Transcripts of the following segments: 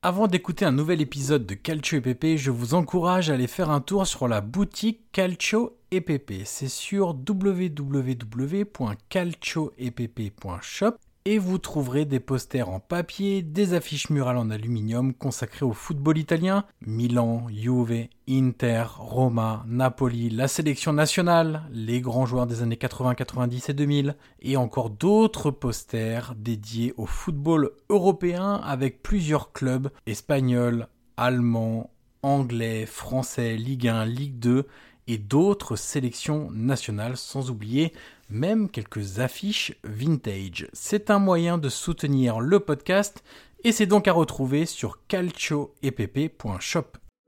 Avant d'écouter un nouvel épisode de Calcio et Pepe, je vous encourage à aller faire un tour sur la boutique Calcio et Pepe. C'est sur www.calcioepepe.shop et vous trouverez des posters en papier, des affiches murales en aluminium consacrées au football italien, Milan, Juve, Inter, Roma, Napoli, la sélection nationale, les grands joueurs des années 80, 90 et 2000, et encore d'autres posters dédiés au football européen avec plusieurs clubs espagnols, allemands, anglais, français, Ligue 1, Ligue 2 et d'autres sélections nationales, sans oublier même quelques affiches vintage. C'est un moyen de soutenir le podcast et c'est donc à retrouver sur calcioepepe.shop.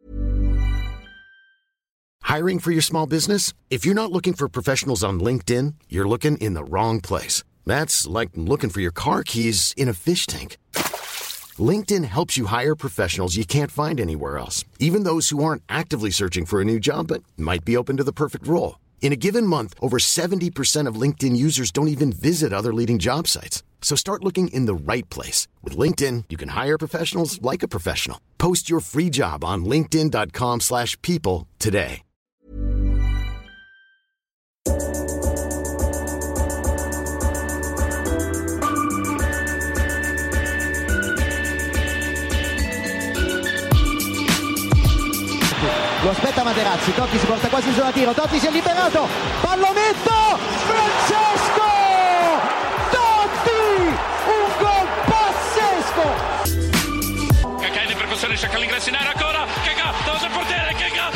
Hiring for your small business? If you're not looking for professionals on LinkedIn, you're looking in the wrong place. That's like looking for your car keys in a fish tank. LinkedIn helps you hire professionals you can't find anywhere else, even those who aren't actively searching for a new job but might be open to the perfect role. In a given month, over 70% of LinkedIn users don't even visit other leading job sites. So start looking in the right place. With LinkedIn, you can hire professionals like a professional. Post your free job on linkedin.com/people today. Lo aspetta Materazzi, Totti si porta quasi in zona tiro, Totti si è liberato, pallonetto, Francesco Totti, un gol pazzesco. Cacà in percussione, cerca l'ingresso in area ancora, Cacà, davanti al portiere, Cacà,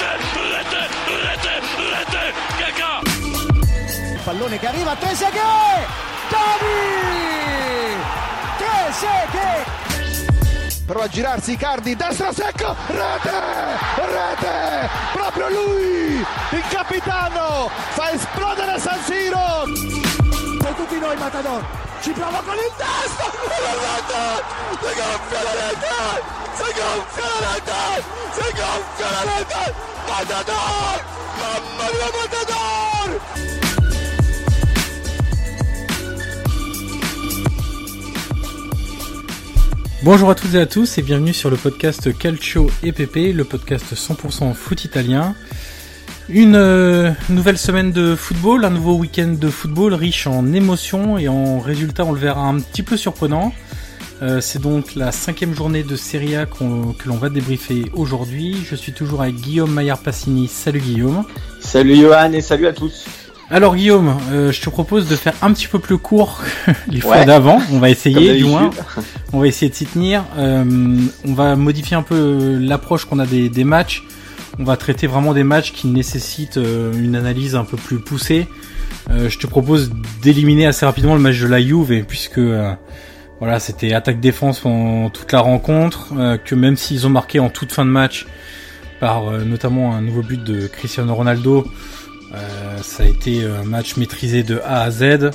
rete, Cacà. Il pallone che arriva, Trezeguet, Totti, Trezeguet. Prova a girarsi Icardi, destra secco, rete, proprio lui, il capitano, fa esplodere San Siro. Per tutti noi Matador, ci prova con il testo, si gonfia la rete, Matador, mamma mia Matador. Bonjour à toutes et à tous et bienvenue sur le podcast Calcio et Pepe, le podcast 100% foot italien. Une nouvelle semaine de football, un nouveau week-end de football riche en émotions et en résultats, on le verra, un petit peu surprenants. C'est donc la 5e journée de Serie A que l'on va débriefer aujourd'hui. Je suis toujours avec Guillaume Maillard-Passini. Salut Guillaume. Salut Johan et salut à tous. Alors Guillaume, je te propose de faire un petit peu plus court les fois d'avant. On va essayer du moins. On va essayer de s'y tenir. On va modifier un peu l'approche qu'on a des matchs. On va traiter vraiment des matchs qui nécessitent une analyse un peu plus poussée. Je te propose d'éliminer assez rapidement le match de la Juve, puisque voilà, c'était attaque-défense pendant toute la rencontre. Que même s'ils ont marqué en toute fin de match par notamment un nouveau but de Cristiano Ronaldo, ça a été un match maîtrisé de A à Z.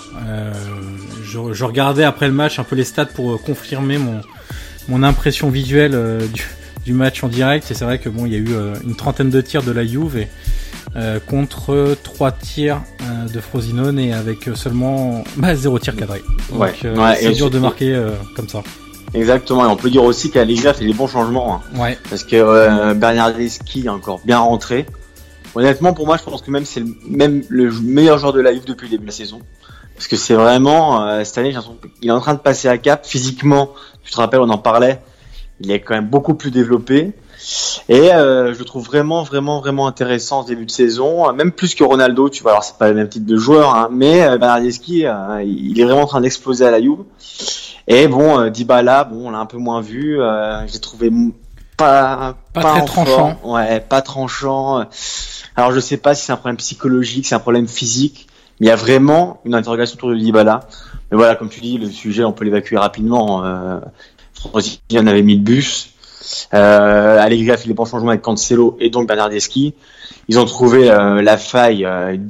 Je regardais après le match un peu les stats pour confirmer mon impression visuelle du match en direct. Et c'est vrai que bon, il y a eu une trentaine de tirs de la Juve contre 3 tirs de Frosinone et avec seulement 0 tir cadré. Donc c'est dur de marquer comme ça. Exactement, et on peut dire aussi qu'Allegri a fait des bons changements. Hein. Ouais. Parce que Bernardeschi est encore bien rentré. Honnêtement, pour moi, je pense que même c'est le meilleur joueur de la Juve depuis le début de la saison. Parce que c'est vraiment, cette année, j'ai l'impression qu'il est en train de passer à cap. Physiquement, tu te rappelles, on en parlait, il est quand même beaucoup plus développé. Et je le trouve vraiment intéressant ce début de saison. Même plus que Ronaldo, tu vois. Alors, c'est pas le même type de joueur, hein, mais Bernardeschi, il est vraiment en train d'exploser à la Juve. Et bon, Dybala, on l'a un peu moins vu. J'ai trouvé pas très tranchant. Ouais, pas tranchant. Alors je sais pas si c'est un problème psychologique, c'est un problème physique, mais il y a vraiment une interrogation autour de Dybala. Mais voilà, comme tu dis, le sujet on peut l'évacuer rapidement. Frosinone avait mis le bus. Allegri a fait les bons changements avec Cancelo et donc Bernardeschi. Ils ont trouvé la faille,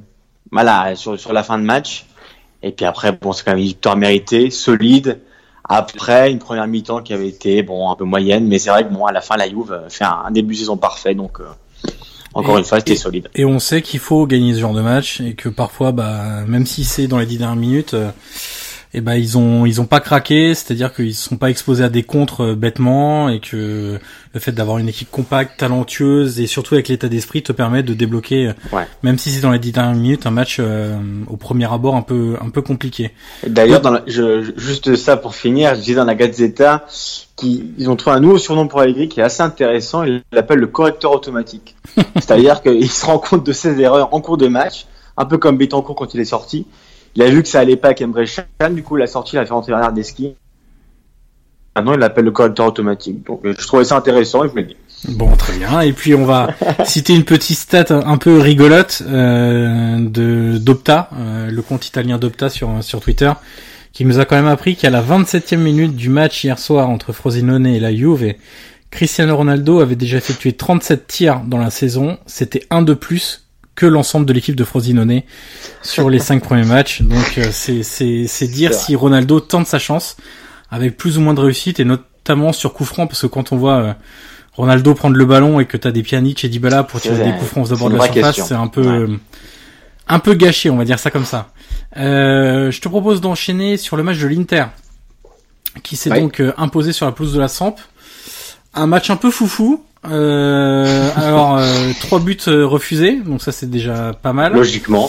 sur la fin de match. Et puis après, bon, c'est quand même une victoire méritée, solide. Après une première mi-temps qui avait été un peu moyenne, mais c'est vrai que à la fin la Juve fait un début de saison parfait, donc encore une fois c'était solide. Et on sait qu'il faut gagner ce genre de match et que parfois même si c'est dans les 10 dernières minutes, et ben ils ont pas craqué, c'est-à-dire qu'ils se sont pas exposés à des contres bêtement, et que le fait d'avoir une équipe compacte, talentueuse et surtout avec l'état d'esprit te permet de débloquer, même si c'est dans les 10 dernières minutes, un match au premier abord un peu compliqué. D'ailleurs, juste ça pour finir, je disais dans la Gazzetta ils ont trouvé un nouveau surnom pour Allegri qui est assez intéressant, ils l'appellent le correcteur automatique. C'est-à-dire qu'il se rend compte de ses erreurs en cours de match, un peu comme Betancourt quand il est sorti. Il a vu que ça allait pas avec Emre Can, du coup il a sorti, il a fait rentrer Bernardeschi. Maintenant il l'appelle le correcteur automatique. Donc je trouvais ça intéressant et je me dis. Bon, très bien. Et puis on va citer une petite stat un peu rigolote d'Opta, le compte italien d'Opta sur Twitter, qui nous a quand même appris qu'à la 27e minute du match hier soir entre Frosinone et la Juve, Cristiano Ronaldo avait déjà effectué 37 tirs dans la saison. C'était un de plus que l'ensemble de l'équipe de Frosinone sur les 5 premiers matchs. Donc c'est dire si Ronaldo tente sa chance avec plus ou moins de réussite, et notamment sur coup franc, parce que quand on voit Ronaldo prendre le ballon et que t'as des Pjanic et Dybala pour tirer des coups francs de bord de la surface, c'est un peu gâché, on va dire ça comme ça. Je te propose d'enchaîner sur le match de l'Inter, qui s'est donc imposé sur la pelouse de la Samp. Un match un peu foufou. Alors 3 buts refusés, donc ça c'est déjà pas mal. Logiquement.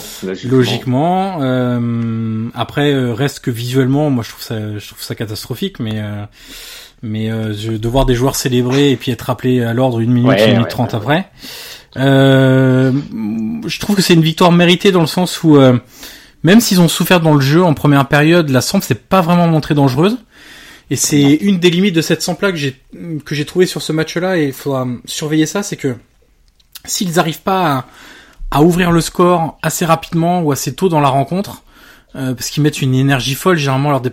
Après reste que visuellement, moi je trouve ça catastrophique, mais de voir des joueurs célébrer et puis être rappelés à l'ordre 1 minute, 1 minute 30 après. Je trouve que c'est une victoire méritée dans le sens où même s'ils ont souffert dans le jeu en première période, la Samp s'est pas vraiment montrée dangereuse. Et c'est une des limites de cette Samp-là que j'ai trouvé sur ce match-là, et il faudra surveiller ça, c'est que s'ils n'arrivent pas à ouvrir le score assez rapidement ou assez tôt dans la rencontre, parce qu'ils mettent une énergie folle généralement lors des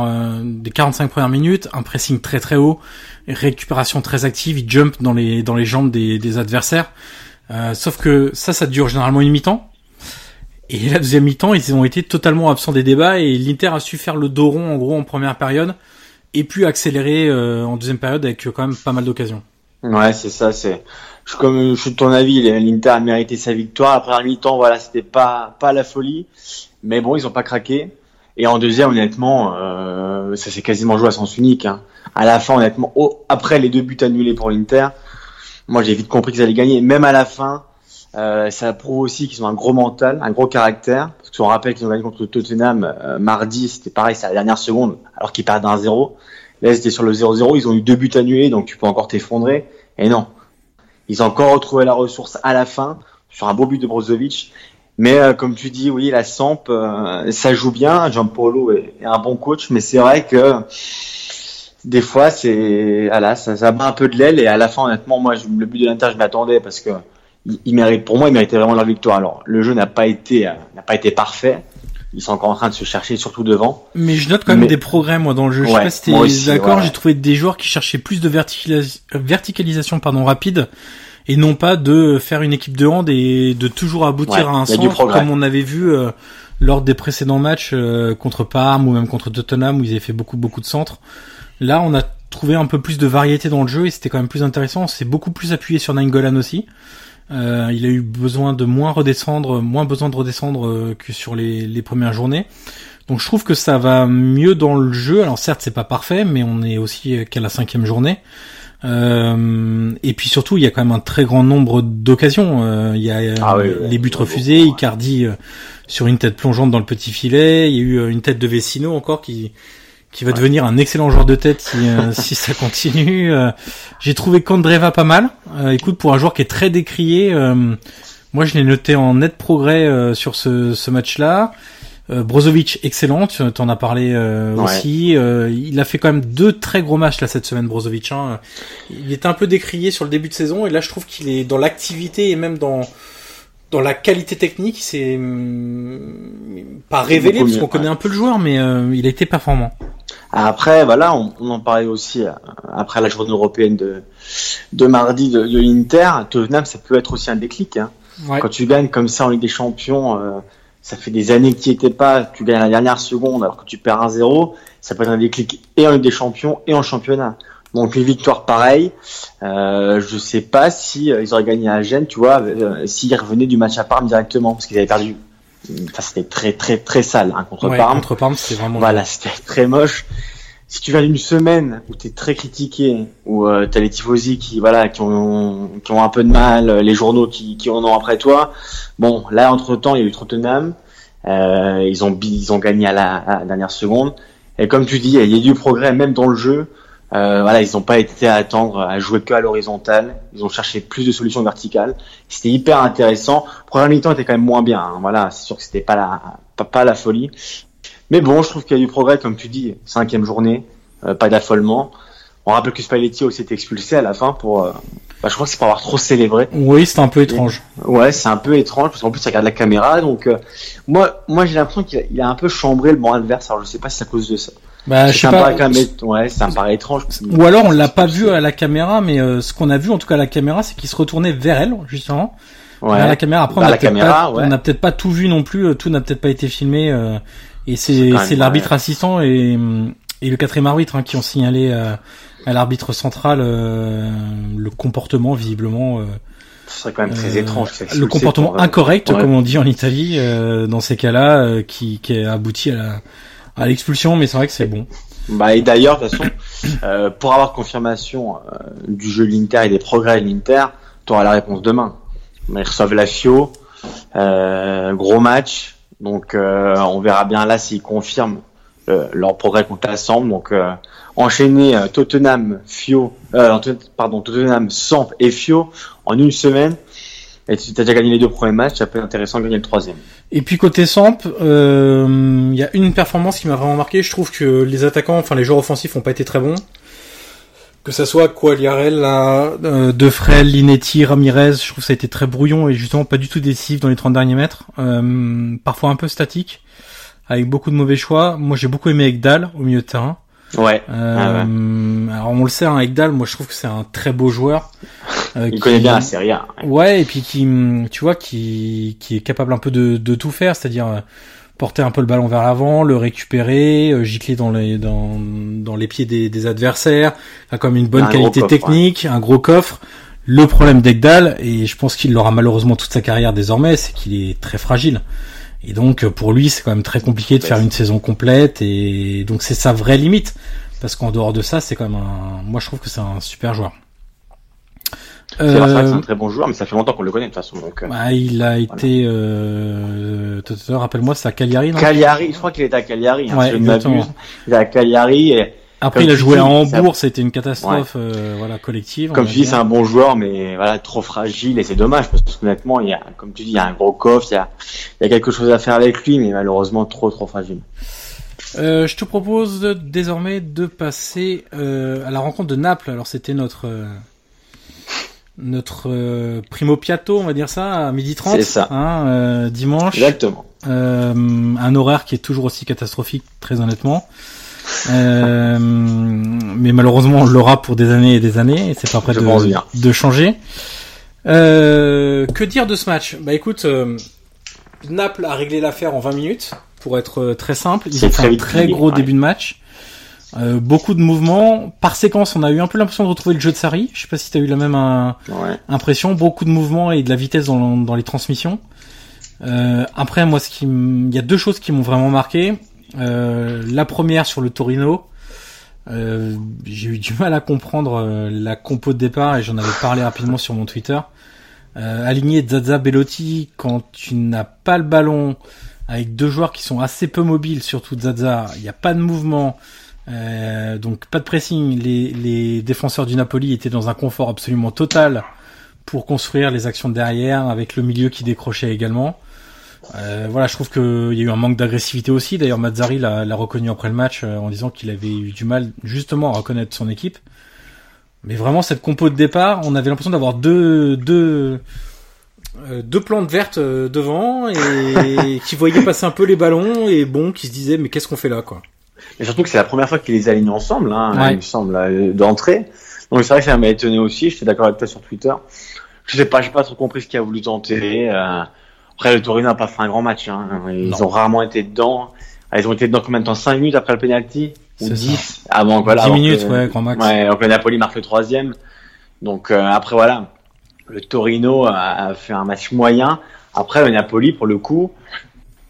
45 premières minutes, un pressing très très haut, récupération très active, ils jumpent dans les jambes des adversaires, sauf que ça dure généralement une mi-temps. Et la deuxième mi-temps, ils ont été totalement absents des débats, et l'Inter a su faire le dos rond en gros en première période, et puis accélérer en deuxième période avec quand même pas mal d'occasions. Ouais, c'est ça. Je suis de ton avis, l'Inter a mérité sa victoire. La première mi-temps, voilà, c'était pas la folie, mais bon, ils ont pas craqué. Et en deuxième, honnêtement, ça s'est quasiment joué à sens unique. Hein. À la fin, honnêtement, après les 2 buts annulés pour l'Inter, moi j'ai vite compris qu'ils allaient gagner. Même à la fin, ça prouve aussi qu'ils ont un gros mental, un gros caractère. Parce que si on rappelle qu'ils ont gagné contre Tottenham mardi, c'était pareil, c'est à la dernière seconde, alors qu'ils perdent 1-0. Là, c'était sur le 0-0, ils ont eu 2 buts annulés, donc tu peux encore t'effondrer. Et non, ils ont encore retrouvé la ressource à la fin, sur un beau but de Brozovic. Mais comme tu dis, oui, la Samp, ça joue bien. Gianpaolo est un bon coach, mais c'est vrai que des fois, ça bat un peu de l'aile. Et à la fin, honnêtement, moi, le but de l'Inter, je m'attendais parce que ils méritait vraiment leur victoire. Alors, le jeu n'a pas été parfait. Ils sont encore en train de se chercher, surtout devant. Mais je note quand même des progrès, moi, dans le jeu. Je sais pas si t'es d'accord. J'ai trouvé des joueurs qui cherchaient plus de verticalisation, rapide, et non pas de faire une équipe de hand et de toujours aboutir à un centre, comme on avait vu lors des précédents matchs contre Parme ou même contre Tottenham, où ils avaient fait beaucoup de centres. Là, on a trouvé un peu plus de variété dans le jeu et c'était quand même plus intéressant. On s'est beaucoup plus appuyé sur Nainggolan aussi. Il a eu besoin de moins besoin de redescendre que sur les premières journées. Donc je trouve que ça va mieux dans le jeu. Alors certes, c'est pas parfait, mais on est aussi qu'à la 5e journée. Et puis surtout, il y a quand même un très grand nombre d'occasions. Il y a les buts refusés, Icardi sur une tête plongeante dans le petit filet. Il y a eu une tête de Vecino encore qui va devenir un excellent joueur de tête si ça continue. J'ai trouvé Candreva pas mal. Écoute, pour un joueur qui est très décrié, moi je l'ai noté en net progrès sur ce match-là. Brozovic, excellent, tu en as parlé aussi. Il a fait quand même 2 très gros matchs là cette semaine, Brozovic. Il était un peu décrié sur le début de saison et là je trouve qu'il est dans l'activité et même dans la qualité technique, c'est pas révélé parce qu'on connaît un peu le joueur, mais il a été performant. Après, voilà, on en parlait aussi après la journée européenne de mardi de l'Inter. Tottenham, ça peut être aussi un déclic. Hein. Ouais. Quand tu gagnes comme ça en Ligue des Champions, ça fait des années que tu n'y étais pas, tu gagnes à la dernière seconde alors que tu perds 1-0, ça peut être un déclic et en Ligue des Champions et en championnat. Donc une victoire pareille, je sais pas si ils auraient gagné à Gênes, tu vois, s'ils revenaient du match à Parme directement, parce qu'ils avaient perdu c'était très très très sale contre Parme. Contre Parme, c'était vraiment. Voilà, c'était très moche. Si tu viens d'une semaine où t'es très critiqué, où t'as les tifosi qui ont un peu de mal, les journaux qui en ont après toi. Bon, là entre temps il y a eu Tottenham, ils ont gagné à la dernière seconde. Et comme tu dis, il y a eu du progrès même dans le jeu. Ils n'ont pas été à attendre à jouer que à l'horizontale. Ils ont cherché plus de solutions verticales. C'était hyper intéressant. Le premier mi-temps était quand même moins bien. Hein. Voilà, c'est sûr que c'était pas la folie. Mais bon, je trouve qu'il y a du progrès, comme tu dis. 5e journée, pas d'affolement. On rappelle que Spalletti aussi été expulsé à la fin pour. Je crois que c'est pour avoir trop célébré. Oui, c'était un peu étrange. Ouais, c'est un peu étrange parce qu'en plus, ça regarde la caméra. Donc, moi, j'ai l'impression qu'il a un peu chambré le banc adverse. Alors, je sais pas si c'est à cause de ça. Je sais pas. Ça me paraît étrange. Ou alors, on l'a pas vu à la caméra, mais ce qu'on a vu, en tout cas à la caméra, c'est qu'il se retournait vers elle, justement. Ouais. À la caméra. Après, on n'a peut-être pas tout vu non plus. Tout n'a peut-être pas été filmé. Et c'est l'arbitre assistant et le 4e arbitre qui ont signalé à l'arbitre central le comportement visiblement. Ce serait quand même très étrange. Le comportement incorrect, comme on dit en Italie, dans ces cas-là, qui a abouti à l'expulsion, mais c'est vrai que c'est bon. Et d'ailleurs, de toute façon, pour avoir confirmation du jeu de l'Inter et des progrès de l'Inter, tu auras la réponse demain. Ils reçoivent la Fio, gros match. Donc on verra bien là s'ils confirment leur progrès contre la Samp. Donc enchaîner Tottenham, Tottenham, Samp et Fio en une semaine. Et tu as déjà gagné les 2 premiers matchs, ça peut être intéressant de gagner le 3e. Et puis côté Samp, il y a une performance qui m'a vraiment marqué. Je trouve que les attaquants, les joueurs offensifs, n'ont pas été très bons. Que ça soit Quagliarella, Defrel, Linetti, Ramirez, je trouve que ça a été très brouillon et justement pas du tout décisif dans les 30 derniers mètres. Parfois un peu statique, avec beaucoup de mauvais choix. Moi j'ai beaucoup aimé Ekdal au milieu de terrain. Ouais. Alors on le sait, Ekdal, moi je trouve que c'est un très beau joueur. Il connaît bien la Serie A. Ouais, et puis qui est capable un peu de tout faire, c'est-à-dire porter un peu le ballon vers l'avant, le récupérer, gicler dans les pieds des adversaires, a comme une bonne qualité technique, un gros coffre. Le problème d'Ekdal, et je pense qu'il l'aura malheureusement toute sa carrière désormais, c'est qu'il est très fragile. Et donc pour lui, c'est quand même très compliqué de faire une saison complète, et donc c'est sa vraie limite, parce qu'en dehors de ça, c'est quand même moi je trouve que c'est un super joueur. C'est vrai que c'est un très bon joueur, mais ça fait longtemps qu'on le connaît de toute façon. Donc, il a été, rappelle-moi, c'est à Cagliari, non? Cagliari, je crois qu'il était à Cagliari. Ouais, je m'abuse. Il est à Cagliari. Et après, il a joué à Hambourg, c'était une catastrophe, collective. Comme tu dis, c'est un bon joueur, mais trop fragile, et c'est dommage parce que honnêtement, comme tu dis, il y a un gros coffre, il y a quelque chose à faire avec lui, mais malheureusement trop fragile. Je te propose désormais de passer à la rencontre de Naples. Alors c'était notre primo piatto, on va dire ça, à 12h30. C'est ça. Dimanche. Exactement. Un horaire qui est toujours aussi catastrophique, très honnêtement. Mais malheureusement, on l'aura pour des années et des années, et c'est pas prêt de changer. Que dire de ce match? Écoute, Naples a réglé l'affaire en 20 minutes, pour être très simple. Ils ont fait un très gros début de match. Beaucoup de mouvements. Par séquence, on a eu un peu l'impression de retrouver le jeu de Sarri. Je sais pas si tu as eu la même impression. Beaucoup de mouvements et de la vitesse dans les transmissions. Après, moi, il y a 2 choses qui m'ont vraiment marqué. La première sur le Torino. J'ai eu du mal à comprendre la compo de départ et j'en avais parlé rapidement sur mon Twitter. Aligner Zaza, Belotti quand tu n'as pas le ballon avec 2 joueurs qui sont assez peu mobiles, surtout Zaza, il n'y a pas de mouvement. Donc pas de pressing, les défenseurs du Napoli étaient dans un confort absolument total pour construire les actions de derrière avec le milieu qui décrochait également. Je trouve qu'il y a eu un manque d'agressivité aussi. D'ailleurs Mazzarri l'a reconnu après le match en disant qu'il avait eu du mal justement à reconnaître son équipe. Mais vraiment cette compo de départ, on avait l'impression d'avoir deux plantes vertes devant et qui voyaient passer un peu les ballons et qui se disaient mais qu'est-ce qu'on fait là quoi. Et surtout que c'est la première fois qu'ils les alignent ensemble, il me semble, d'entrée. Donc c'est vrai que ça m'a étonné aussi. J'étais d'accord avec toi sur Twitter. J'ai pas trop compris ce qu'il a voulu tenter. Après, le Torino n'a pas fait un grand match. Ils ont rarement été dedans. Ils ont été dedans combien de temps? 5 minutes après le penalty? Ou 10? Avant, 10 minutes, grand max. Ouais, donc le Napoli marque le 3e. Donc, après, le Torino a fait un match moyen. Après, le Napoli, pour le coup,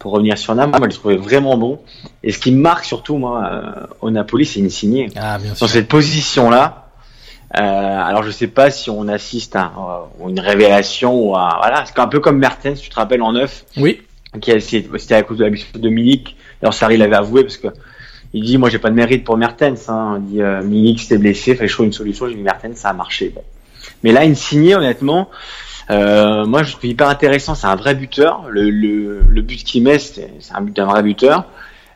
pour revenir sur Naples, moi, je le trouvais vraiment bon. Et ce qui me marque surtout, moi, au Napoli, c'est Insigne. Ah, bien sûr. Dans cette position-là, alors je sais pas si on assiste à une révélation ou à, voilà, c'est un peu comme Mertens, tu te rappelles, en 9. Oui. C'était à cause de la blessure de Milik. Alors Sarri l'avait avoué parce que il dit, moi, j'ai pas de mérite pour Mertens, hein. Il dit, Milik s'était blessé, fallait trouver une solution, j'ai dit Mertens, ça a marché, bon. Mais là, Insigne, honnêtement, moi, je trouve hyper intéressant. C'est un vrai buteur. Le but qu'il met, c'est un but d'un vrai buteur.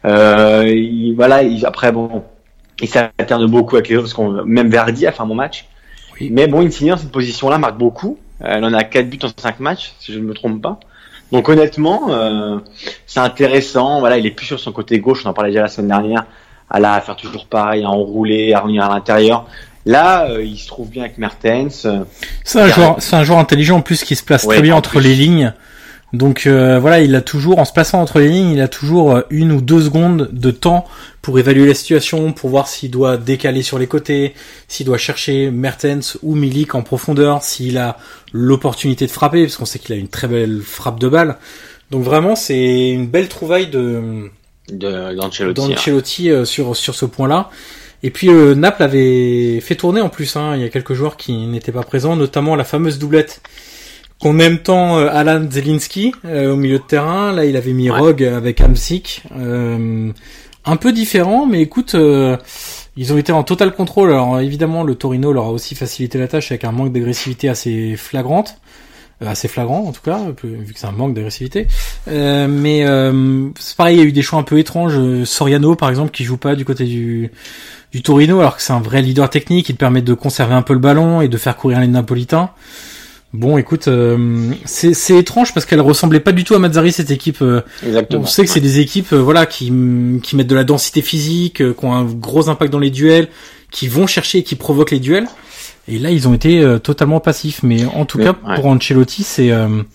Après, bon, il s'alterne beaucoup avec les autres parce même Verdi a fait un bon match. Oui. Mais bon, Insigne, dans cette position-là, marque beaucoup. Elle en a 4 buts en 5 matchs, si je ne me trompe pas. Donc, honnêtement, c'est intéressant. Voilà, il est plus sur son côté gauche. On en parlait déjà la semaine dernière. À faire toujours pareil, à enrouler, à revenir à l'intérieur. Là, il se trouve bien avec Mertens. C'est un joueur intelligent en plus qui se place très bien entre les lignes. Donc voilà, il a toujours, en se plaçant entre les lignes, il a toujours 1 ou 2 secondes de temps pour évaluer la situation, pour voir s'il doit décaler sur les côtés, s'il doit chercher Mertens ou Milik en profondeur, s'il a l'opportunité de frapper, parce qu'on sait qu'il a une très belle frappe de balle. Donc vraiment, c'est une belle trouvaille d'Ancelotti sur ce point-là. Et puis Naples avait fait tourner en plus, il y a quelques joueurs qui n'étaient pas présents, notamment la fameuse doublette qu'on aime tant, Alan Zelinski au milieu de terrain. Là, il avait mis Rogue avec Hamsik, un peu différent, mais écoute, ils ont été en total contrôle. Alors évidemment, le Torino leur a aussi facilité la tâche avec un manque d'agressivité assez flagrant en tout cas, vu que c'est un manque d'agressivité. Mais c'est pareil, il y a eu des choix un peu étranges. Soriano, par exemple, qui joue pas du côté du Torino, alors que c'est un vrai leader technique, il te permet de conserver un peu le ballon et de faire courir les Napolitains. Bon, écoute, c'est étrange parce qu'elle ressemblait pas du tout à Mazzarri, cette équipe. Exactement. On sait que c'est des équipes, qui mettent de la densité physique, qui ont un gros impact dans les duels, qui vont chercher et qui provoquent les duels. Et là, ils ont été totalement passifs. Mais en tout cas, pour Ancelotti, c'est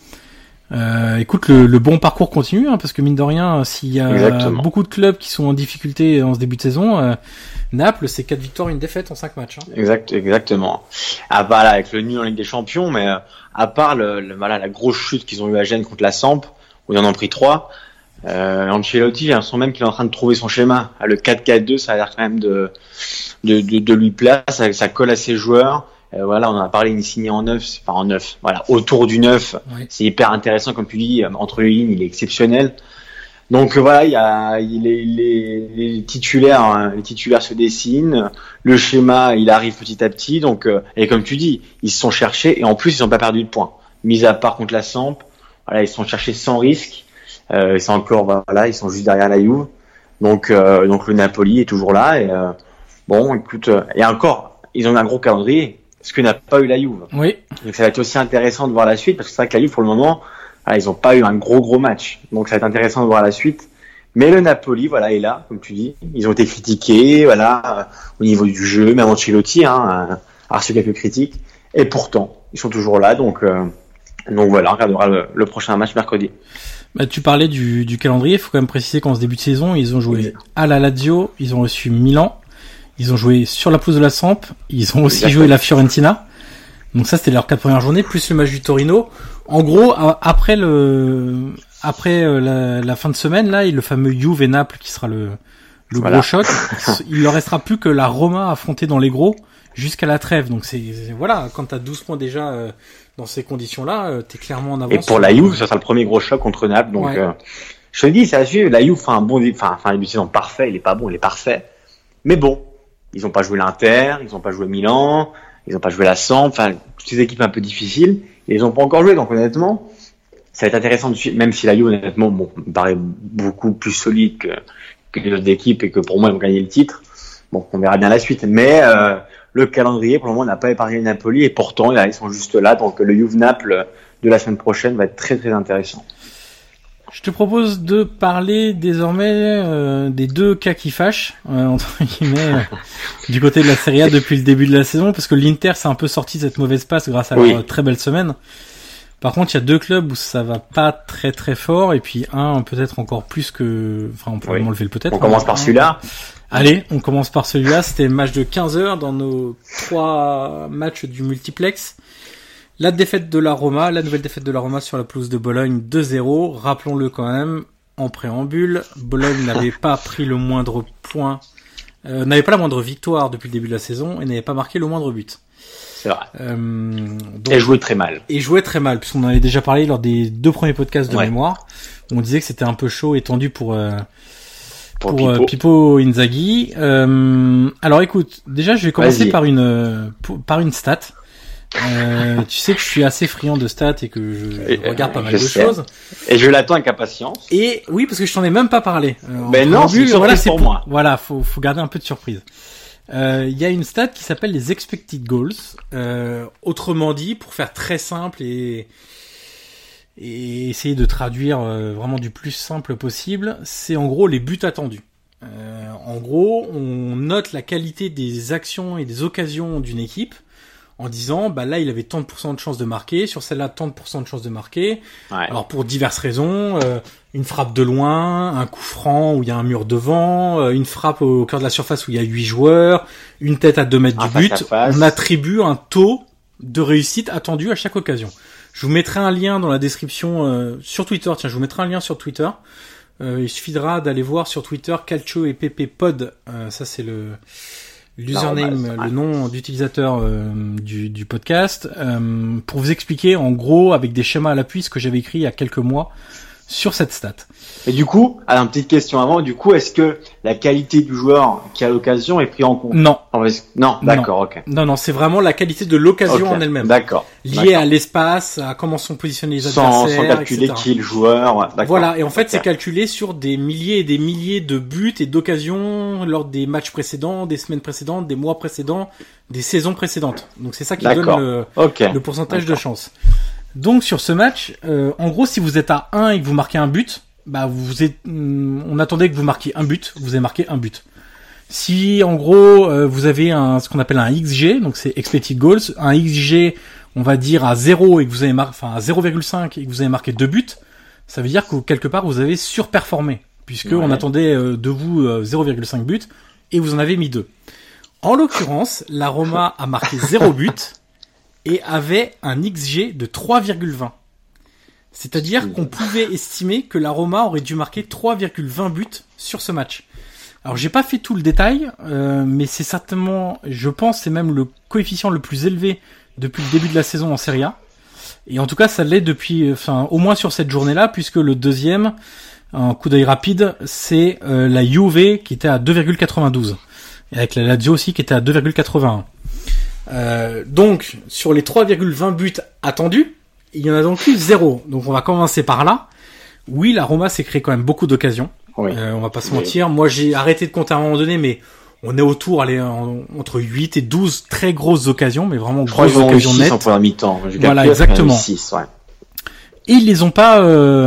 écoute, le bon parcours continue, parce que mine de rien, s'il y a beaucoup de clubs qui sont en difficulté en ce début de saison, Naples, c'est 4 victoires, 1 défaite en 5 matchs. Exactement. À part là, avec le nul en Ligue des Champions, mais à part la grosse chute qu'ils ont eu à Gênes contre la Samp, où ils en ont pris 3, Ancelotti, j'ai l'impression même qu'il est en train de trouver son schéma. Le 4-4-2, ça a l'air quand même de lui plaire, ça colle à ses joueurs. On en a parlé, Insigne en 9, autour du 9, c'est hyper intéressant, comme tu dis, entre les lignes, il est exceptionnel. Donc voilà, les titulaires se dessinent, le schéma, il arrive petit à petit, donc et comme tu dis, ils se sont cherchés et en plus ils n'ont pas perdu de points. Mis à part contre la Samp, ils se sont cherchés sans risque. C'est encore ils sont juste derrière la Juve. Donc le Napoli est toujours là et bon, écoute, et encore, ils ont un gros calendrier, ce que n'a pas eu la Juve. Oui. Donc ça va être aussi intéressant de voir la suite parce que c'est vrai que la Juve pour le moment, ils ont pas eu un gros match. Donc ça va être intéressant de voir la suite. Mais le Napoli, est là, comme tu dis. Ils ont été critiqués, au niveau du jeu, même Ancelotti, a reçu quelques critiques. Et pourtant, ils sont toujours là. Donc voilà, on regardera le prochain match mercredi. Tu parlais du calendrier. Il faut quand même préciser qu'en ce début de saison, ils ont joué à la Lazio, ils ont reçu Milan, ils ont joué sur la pelouse de la Samp, ils ont aussi joué la Fiorentina. Donc ça, c'était leurs 4 premières journées, plus le match du Torino. En gros, après la fin de semaine, là, le fameux Juve et Naples qui sera le gros choc, il leur restera plus que la Roma affrontée dans les gros jusqu'à la trêve. Donc quand t'as 12 points déjà dans ces conditions-là, t'es clairement en avance. Et pour la Juve, ça sera le premier gros choc contre Naples. Donc je te dis, c'est à suivre. La Juve fait un début de saison parfait, il est pas bon, il est parfait. Mais bon, ils ont pas joué l'Inter, ils ont pas joué Milan, ils ont pas joué la Samp, toutes ces équipes un peu difficiles, et ils ont pas encore joué. Donc honnêtement, ça va être intéressant de suivre, même si la Juve, honnêtement, me paraît beaucoup plus solide que les autres équipes et que pour moi, ils vont gagner le titre. Bon, on verra bien la suite. Mais le calendrier, pour le moment, n'a pas épargné Napoli, et pourtant, là, ils sont juste là. Donc le Juve-Naples de la semaine prochaine va être très très intéressant. Je te propose de parler désormais des 2 cas qui fâchent, entre guillemets, du côté de la Serie A depuis le début de la saison, parce que l'Inter s'est un peu sorti de cette mauvaise passe grâce à leur très belle semaine. Par contre, il y a 2 clubs où ça va pas très très fort, et puis un peut-être encore plus que... on pourrait m'enlever le peut-être. On commence par celui-là. Allez, on commence par celui-là. C'était le match de 15h dans nos 3 matchs du multiplex. La nouvelle défaite de la Roma sur la pelouse de Bologne 2-0. Rappelons-le quand même, en préambule, Bologne n'avait pas pris le moindre point, n'avait pas la moindre victoire depuis le début de la saison et n'avait pas marqué le moindre but. C'est vrai. Donc, et jouait très mal. Et jouait très mal, puisqu'on en avait déjà parlé lors des 2 premiers podcasts de mémoire. Où on disait que c'était un peu chaud et tendu pour Pippo Inzaghi. Alors écoute, déjà je vais commencer par une stat. Tu sais que je suis assez friand de stats et que je regarde pas mal de choses. Et je l'attends avec impatience. Et oui, parce que je t'en ai même pas parlé. Ben non, c'est pour moi. Voilà, faut garder un peu de surprise. Il y a une stat qui s'appelle les expected goals. Autrement dit, pour faire très simple et essayer de traduire vraiment du plus simple possible, c'est en gros les buts attendus. En gros, on note la qualité des actions et des occasions d'une équipe en disant, bah là, il avait tant de % de chances de marquer, sur celle-là, tant de % de chances de marquer. Ouais. Alors, pour diverses raisons, une frappe de loin, un coup franc où il y a un mur devant, une frappe au cœur de la surface où il y a 8 joueurs, une tête à 2 mètres du but. On attribue un taux de réussite attendu à chaque occasion. Je vous mettrai un lien dans la description sur Twitter. Tiens, je vous mettrai un lien sur Twitter. Il suffira d'aller voir sur Twitter Calcio et PP Pod. Ça, c'est l'username, le nom d'utilisateur du podcast, pour vous expliquer en gros avec des schémas à l'appui ce que j'avais écrit il y a quelques mois sur cette stat. Et du coup, alors une petite question avant, du coup, est-ce que la qualité du joueur qui a l'occasion est prise en compte? Non. Non, d'accord, ok. Non, c'est vraiment la qualité de l'occasion en elle-même. D'accord. Liée à l'espace, à comment sont positionnés les adversaires, sans calculer etc. qui est le joueur. D'accord. Voilà, et en fait, c'est calculé sur des milliers et des milliers de buts et d'occasions lors des matchs précédents, des semaines précédentes, des mois précédents, des saisons précédentes. Donc c'est ça qui donne le pourcentage de chance. Donc sur ce match, en gros, si vous êtes à 1 et que vous marquez un but, bah on attendait que vous marquiez un but, vous avez marqué un but. Si en gros vous avez ce qu'on appelle un XG, donc c'est expected goals, un XG on va dire à 0 et que vous avez à 0,5 et que vous avez marqué 2 buts, ça veut dire que quelque part vous avez surperformé puisque on attendait de vous 0,5 buts et vous en avez mis 2. En l'occurrence, la Roma a marqué 0 but et avait un XG de 3,20. C'est-à-dire qu'on pouvait estimer que la Roma aurait dû marquer 3,20 buts sur ce match. Alors j'ai pas fait tout le détail, mais c'est certainement, je pense, c'est même le coefficient le plus élevé depuis le début de la saison en Serie A. Et en tout cas, ça l'est depuis, au moins sur cette journée-là, puisque le deuxième, un coup d'œil rapide, c'est la Juve qui était à 2,92. Et avec la Lazio aussi qui était à 2,81. Donc, sur les 3,20 buts attendus, il y en a donc eu 0. Donc on va commencer par là. Oui, la Roma s'est créé quand même beaucoup d'occasions. Oui. On va pas se mentir. Moi, j'ai arrêté de compter à un moment donné, mais on est autour, entre 8 et 12 très grosses occasions, mais vraiment grosses occasions nettes. En première mi-temps. Voilà, exactement. 6, ouais. Et ils les ont pas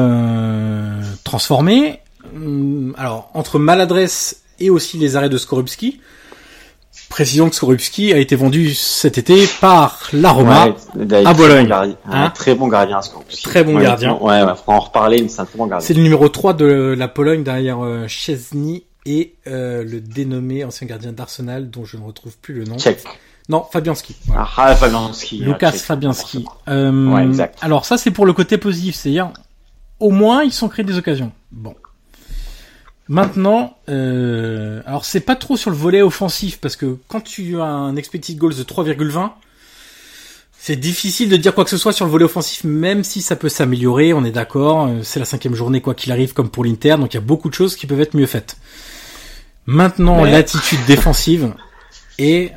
transformés. Alors, entre maladresse et aussi les arrêts de Skorupski. Précisons que Skorupski a été vendu cet été par la Roma à Bologne. Un très bon gardien, Skorupski. Très bon gardien. Ouais, on va en reparler, mais c'est un très bon gardien. C'est le numéro 3 de la Pologne derrière Szczesny et le dénommé ancien gardien d'Arsenal dont je ne retrouve plus le nom. Tchèque. Non, Fabianski. Voilà. Fabianski. Lucas Fabianski. Ouais, exact. Alors ça, c'est pour le côté positif, c'est-à-dire au moins ils se sont créés des occasions. Bon. Maintenant, alors c'est pas trop sur le volet offensif parce que quand tu as un expected goals de 3,20, c'est difficile de dire quoi que ce soit sur le volet offensif, même si ça peut s'améliorer, on est d'accord, c'est la 5e journée quoi qu'il arrive comme pour l'Inter, donc il y a beaucoup de choses qui peuvent être mieux faites. Maintenant, l'attitude défensive est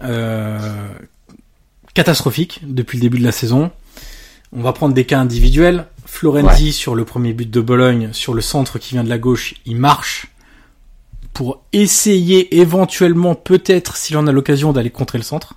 catastrophique depuis le début de la saison. On va prendre des cas individuels. Florenzi sur le premier but de Bologne, sur le centre qui vient de la gauche, il marche pour essayer éventuellement peut-être s'il en a l'occasion d'aller contrer le centre.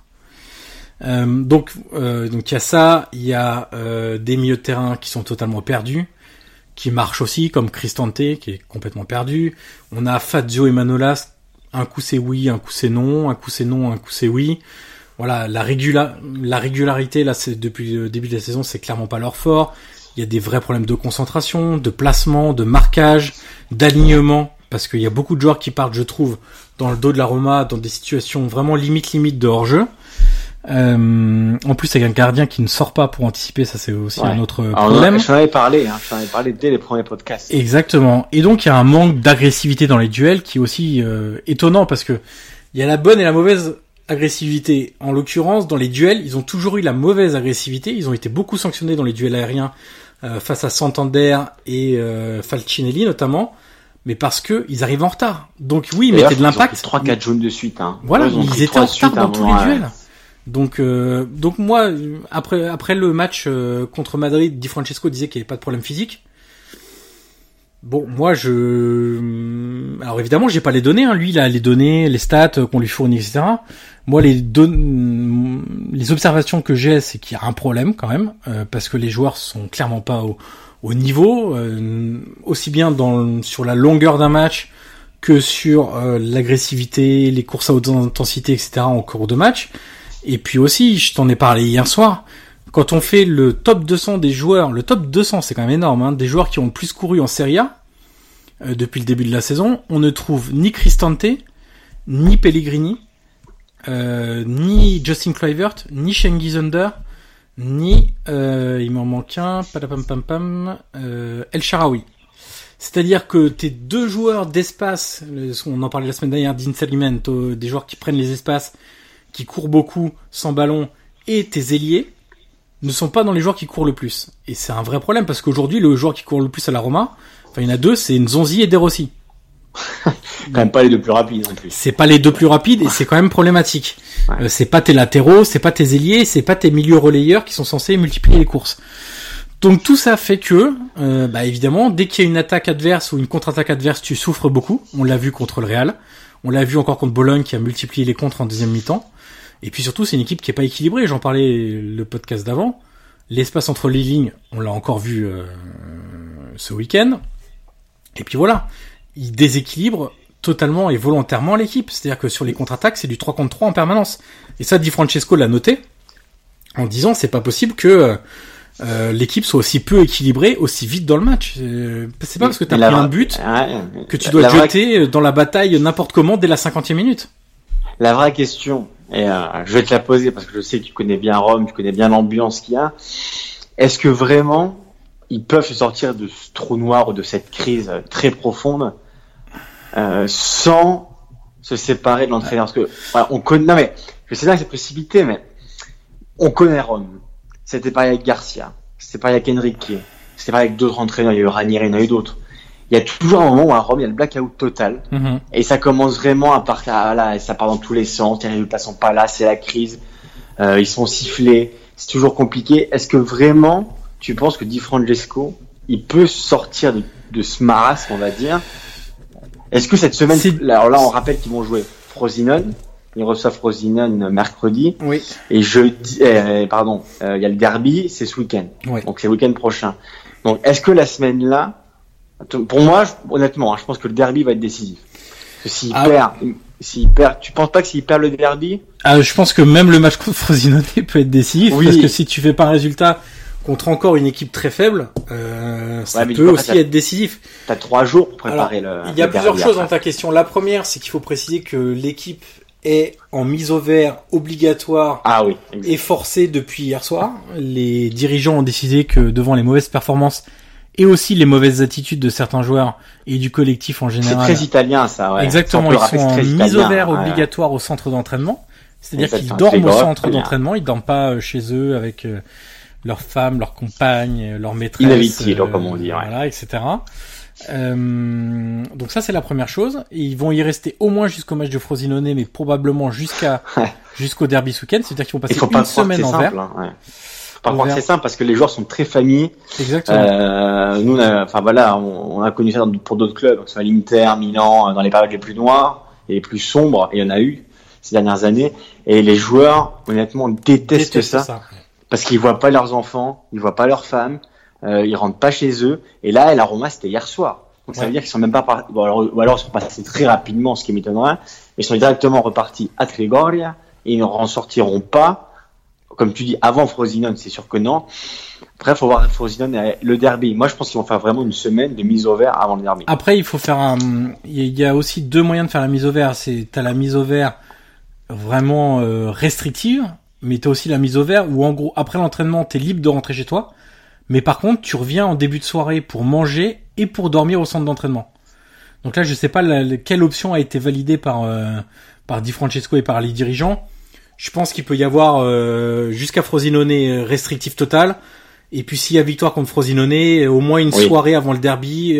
Donc il y a ça, il y a des milieux de terrain qui sont totalement perdus, qui marchent aussi comme Cristante qui est complètement perdu. On a Fazio et Manolas, un coup c'est oui, un coup c'est non, un coup c'est non, un coup c'est oui. Voilà, la régularité là, c'est depuis le début de la saison, c'est clairement pas leur fort. Il y a des vrais problèmes de concentration, de placement, de marquage, d'alignement. Parce qu'il y a beaucoup de joueurs qui partent, je trouve, dans le dos de la Roma, dans des situations vraiment limite de hors-jeu. En plus, avec un gardien qui ne sort pas pour anticiper, ça c'est aussi un autre problème. Je t'en avais parlé dès les premiers podcasts. Exactement. Et donc il y a un manque d'agressivité dans les duels qui est aussi étonnant parce que il y a la bonne et la mauvaise agressivité. En l'occurrence, dans les duels, ils ont toujours eu la mauvaise agressivité. Ils ont été beaucoup sanctionnés dans les duels aériens face à Santander et Falcinelli notamment. Mais parce que ils arrivent en retard. Donc oui, ils mettaient de l'impact. 3-4 jaunes de suite, Voilà, ils étaient en retard dans tous les duels. Donc moi, après le match contre Madrid, Di Francesco disait qu'il n'y avait pas de problème physique. Bon, moi alors évidemment, j'ai pas les données, Lui, il a les données, les stats qu'on lui fournit, etc. Moi, les observations que j'ai, c'est qu'il y a un problème quand même, parce que les joueurs sont clairement pas au niveau, aussi bien sur la longueur d'un match que sur l'agressivité, les courses à haute intensité, etc. en cours de match. Et puis aussi, je t'en ai parlé hier soir, quand on fait le top 200 des joueurs, le top 200 c'est quand même énorme, des joueurs qui ont le plus couru en Serie A depuis le début de la saison, on ne trouve ni Cristante, ni Pellegrini, ni Justin Kluivert, ni Cengiz Under, ni il m'en manque un, El Shaarawy. C'est-à-dire que tes deux joueurs d'espace, on en parlait la semaine dernière d'Inserimento, des joueurs qui prennent les espaces, qui courent beaucoup sans ballon, et tes ailiers ne sont pas dans les joueurs qui courent le plus. Et c'est un vrai problème, parce qu'aujourd'hui, le joueur qui court le plus à la Roma, il y en a deux, c'est Nzonzi et De Rossi. Quand même pas les deux plus rapides non plus. C'est pas les deux plus rapides, et c'est quand même problématique. Ouais. C'est pas tes latéraux, c'est pas tes ailiers, c'est pas tes milieux relayeurs qui sont censés multiplier les courses. Donc tout ça fait que, évidemment, dès qu'il y a une attaque adverse ou une contre-attaque adverse, tu souffres beaucoup. On l'a vu contre le Real. On l'a vu encore contre Bologne qui a multiplié les contres en deuxième mi-temps. Et puis surtout, c'est une équipe qui est pas équilibrée. J'en parlais le podcast d'avant. L'espace entre les lignes, on l'a encore vu ce week-end. Et puis voilà, il déséquilibre totalement et volontairement l'équipe. C'est-à-dire que sur les contre-attaques, c'est du 3 contre 3 en permanence. Et ça, Di Francesco l'a noté en disant c'est pas possible que l'équipe soit aussi peu équilibrée aussi vite dans le match. C'est pas parce que t'as pris un but que tu dois te jeter dans la bataille n'importe comment dès la 50e minute. La vraie question, et je vais te la poser parce que je sais que tu connais bien Rome, tu connais bien l'ambiance qu'il y a. Est-ce que vraiment ils peuvent se sortir de ce trou noir ou de cette crise très profonde sans se séparer de l'entraîneur? Parce que on connaît. Non mais je sais bien que c'est précipité, mais on connaît Rome. C'était pareil avec Garcia, c'était pareil avec Enrique, c'était pareil avec d'autres entraîneurs. Il y a eu Ranieri, il y en a eu d'autres. Il y a toujours un moment où à Rome, il y a le blackout total. Mm-hmm. Et ça commence vraiment à partir, ça part dans tous les sens. Les résultats sont pas là, c'est la crise. Ils sont sifflés. C'est toujours compliqué. Est-ce que vraiment, tu penses que Di Francesco, il peut sortir de ce marasme, on va dire? Est-ce que cette semaine, alors là, on rappelle qu'ils vont jouer Frosinone. Ils reçoivent Frosinone mercredi. Oui. Et jeudi, il y a le derby, c'est ce week-end. Oui. Donc c'est le week-end prochain. Donc, est-ce que la semaine là, pour moi, honnêtement, je pense que le derby va être décisif. Parce que s'il perd, tu penses pas que s'il perd le derby? Je pense que même le match contre Frosinone peut être décisif, parce que si tu fais pas un résultat contre encore une équipe très faible, ça peut aussi être décisif. T'as 3 jours pour préparer le derby. Il y a plusieurs choses dans ta question. La première, c'est qu'il faut préciser que l'équipe est en mise au vert obligatoire et forcée depuis hier soir. Les dirigeants ont décidé que devant les mauvaises performances et aussi les mauvaises attitudes de certains joueurs et du collectif en général. C'est très italien, ça, ouais. Exactement, ils sont en mise au vert obligatoire au centre d'entraînement. C'est-à-dire qu'ils dorment au centre d'entraînement, ils dorment pas chez eux avec leurs femmes, leurs compagnes, leurs maîtresses. Inhabitués, comme on dit, voilà, etc. Donc ça, c'est la première chose. Et ils vont y rester au moins jusqu'au match de Frosinone, mais probablement jusqu'au derby ce week-end. C'est-à-dire qu'ils vont passer une semaine en vert. Par contre, c'est simple parce que les joueurs sont très familles. Exactement. Nous, on a connu ça pour d'autres clubs, que ce soit l'Inter, Milan, dans les périodes les plus noires et les plus sombres. Et il y en a eu ces dernières années. Et les joueurs, honnêtement, détestent ça. Parce qu'ils voient pas leurs enfants, ils voient pas leurs femmes, ils rentrent pas chez eux. Et là, la Roma, c'était hier soir. Donc ça veut dire qu'ils sont même pas ou alors ils sont passés très rapidement, ce qui m'étonnerait. Ils sont directement repartis à Trigoria et ils ne en sortiront pas. Comme tu dis, avant Frosinone, c'est sûr que non. Après, il faut voir Frosinone et le derby. Moi, je pense qu'ils vont faire vraiment une semaine de mise au vert avant le derby. Après, il faut faire il y a aussi 2 moyens de faire la mise au vert. T'as la mise au vert vraiment restrictive. mais t'as aussi la mise au vert où en gros après l'entraînement t'es libre de rentrer chez toi, mais par contre tu reviens en début de soirée pour manger et pour dormir au centre d'entraînement. Donc là je sais pas quelle option a été validée par Di Francesco et par les dirigeants. Je pense qu'il peut y avoir jusqu'à Frosinone restrictif total. Et puis s'il y a victoire contre Frosinone, au moins une soirée avant le derby.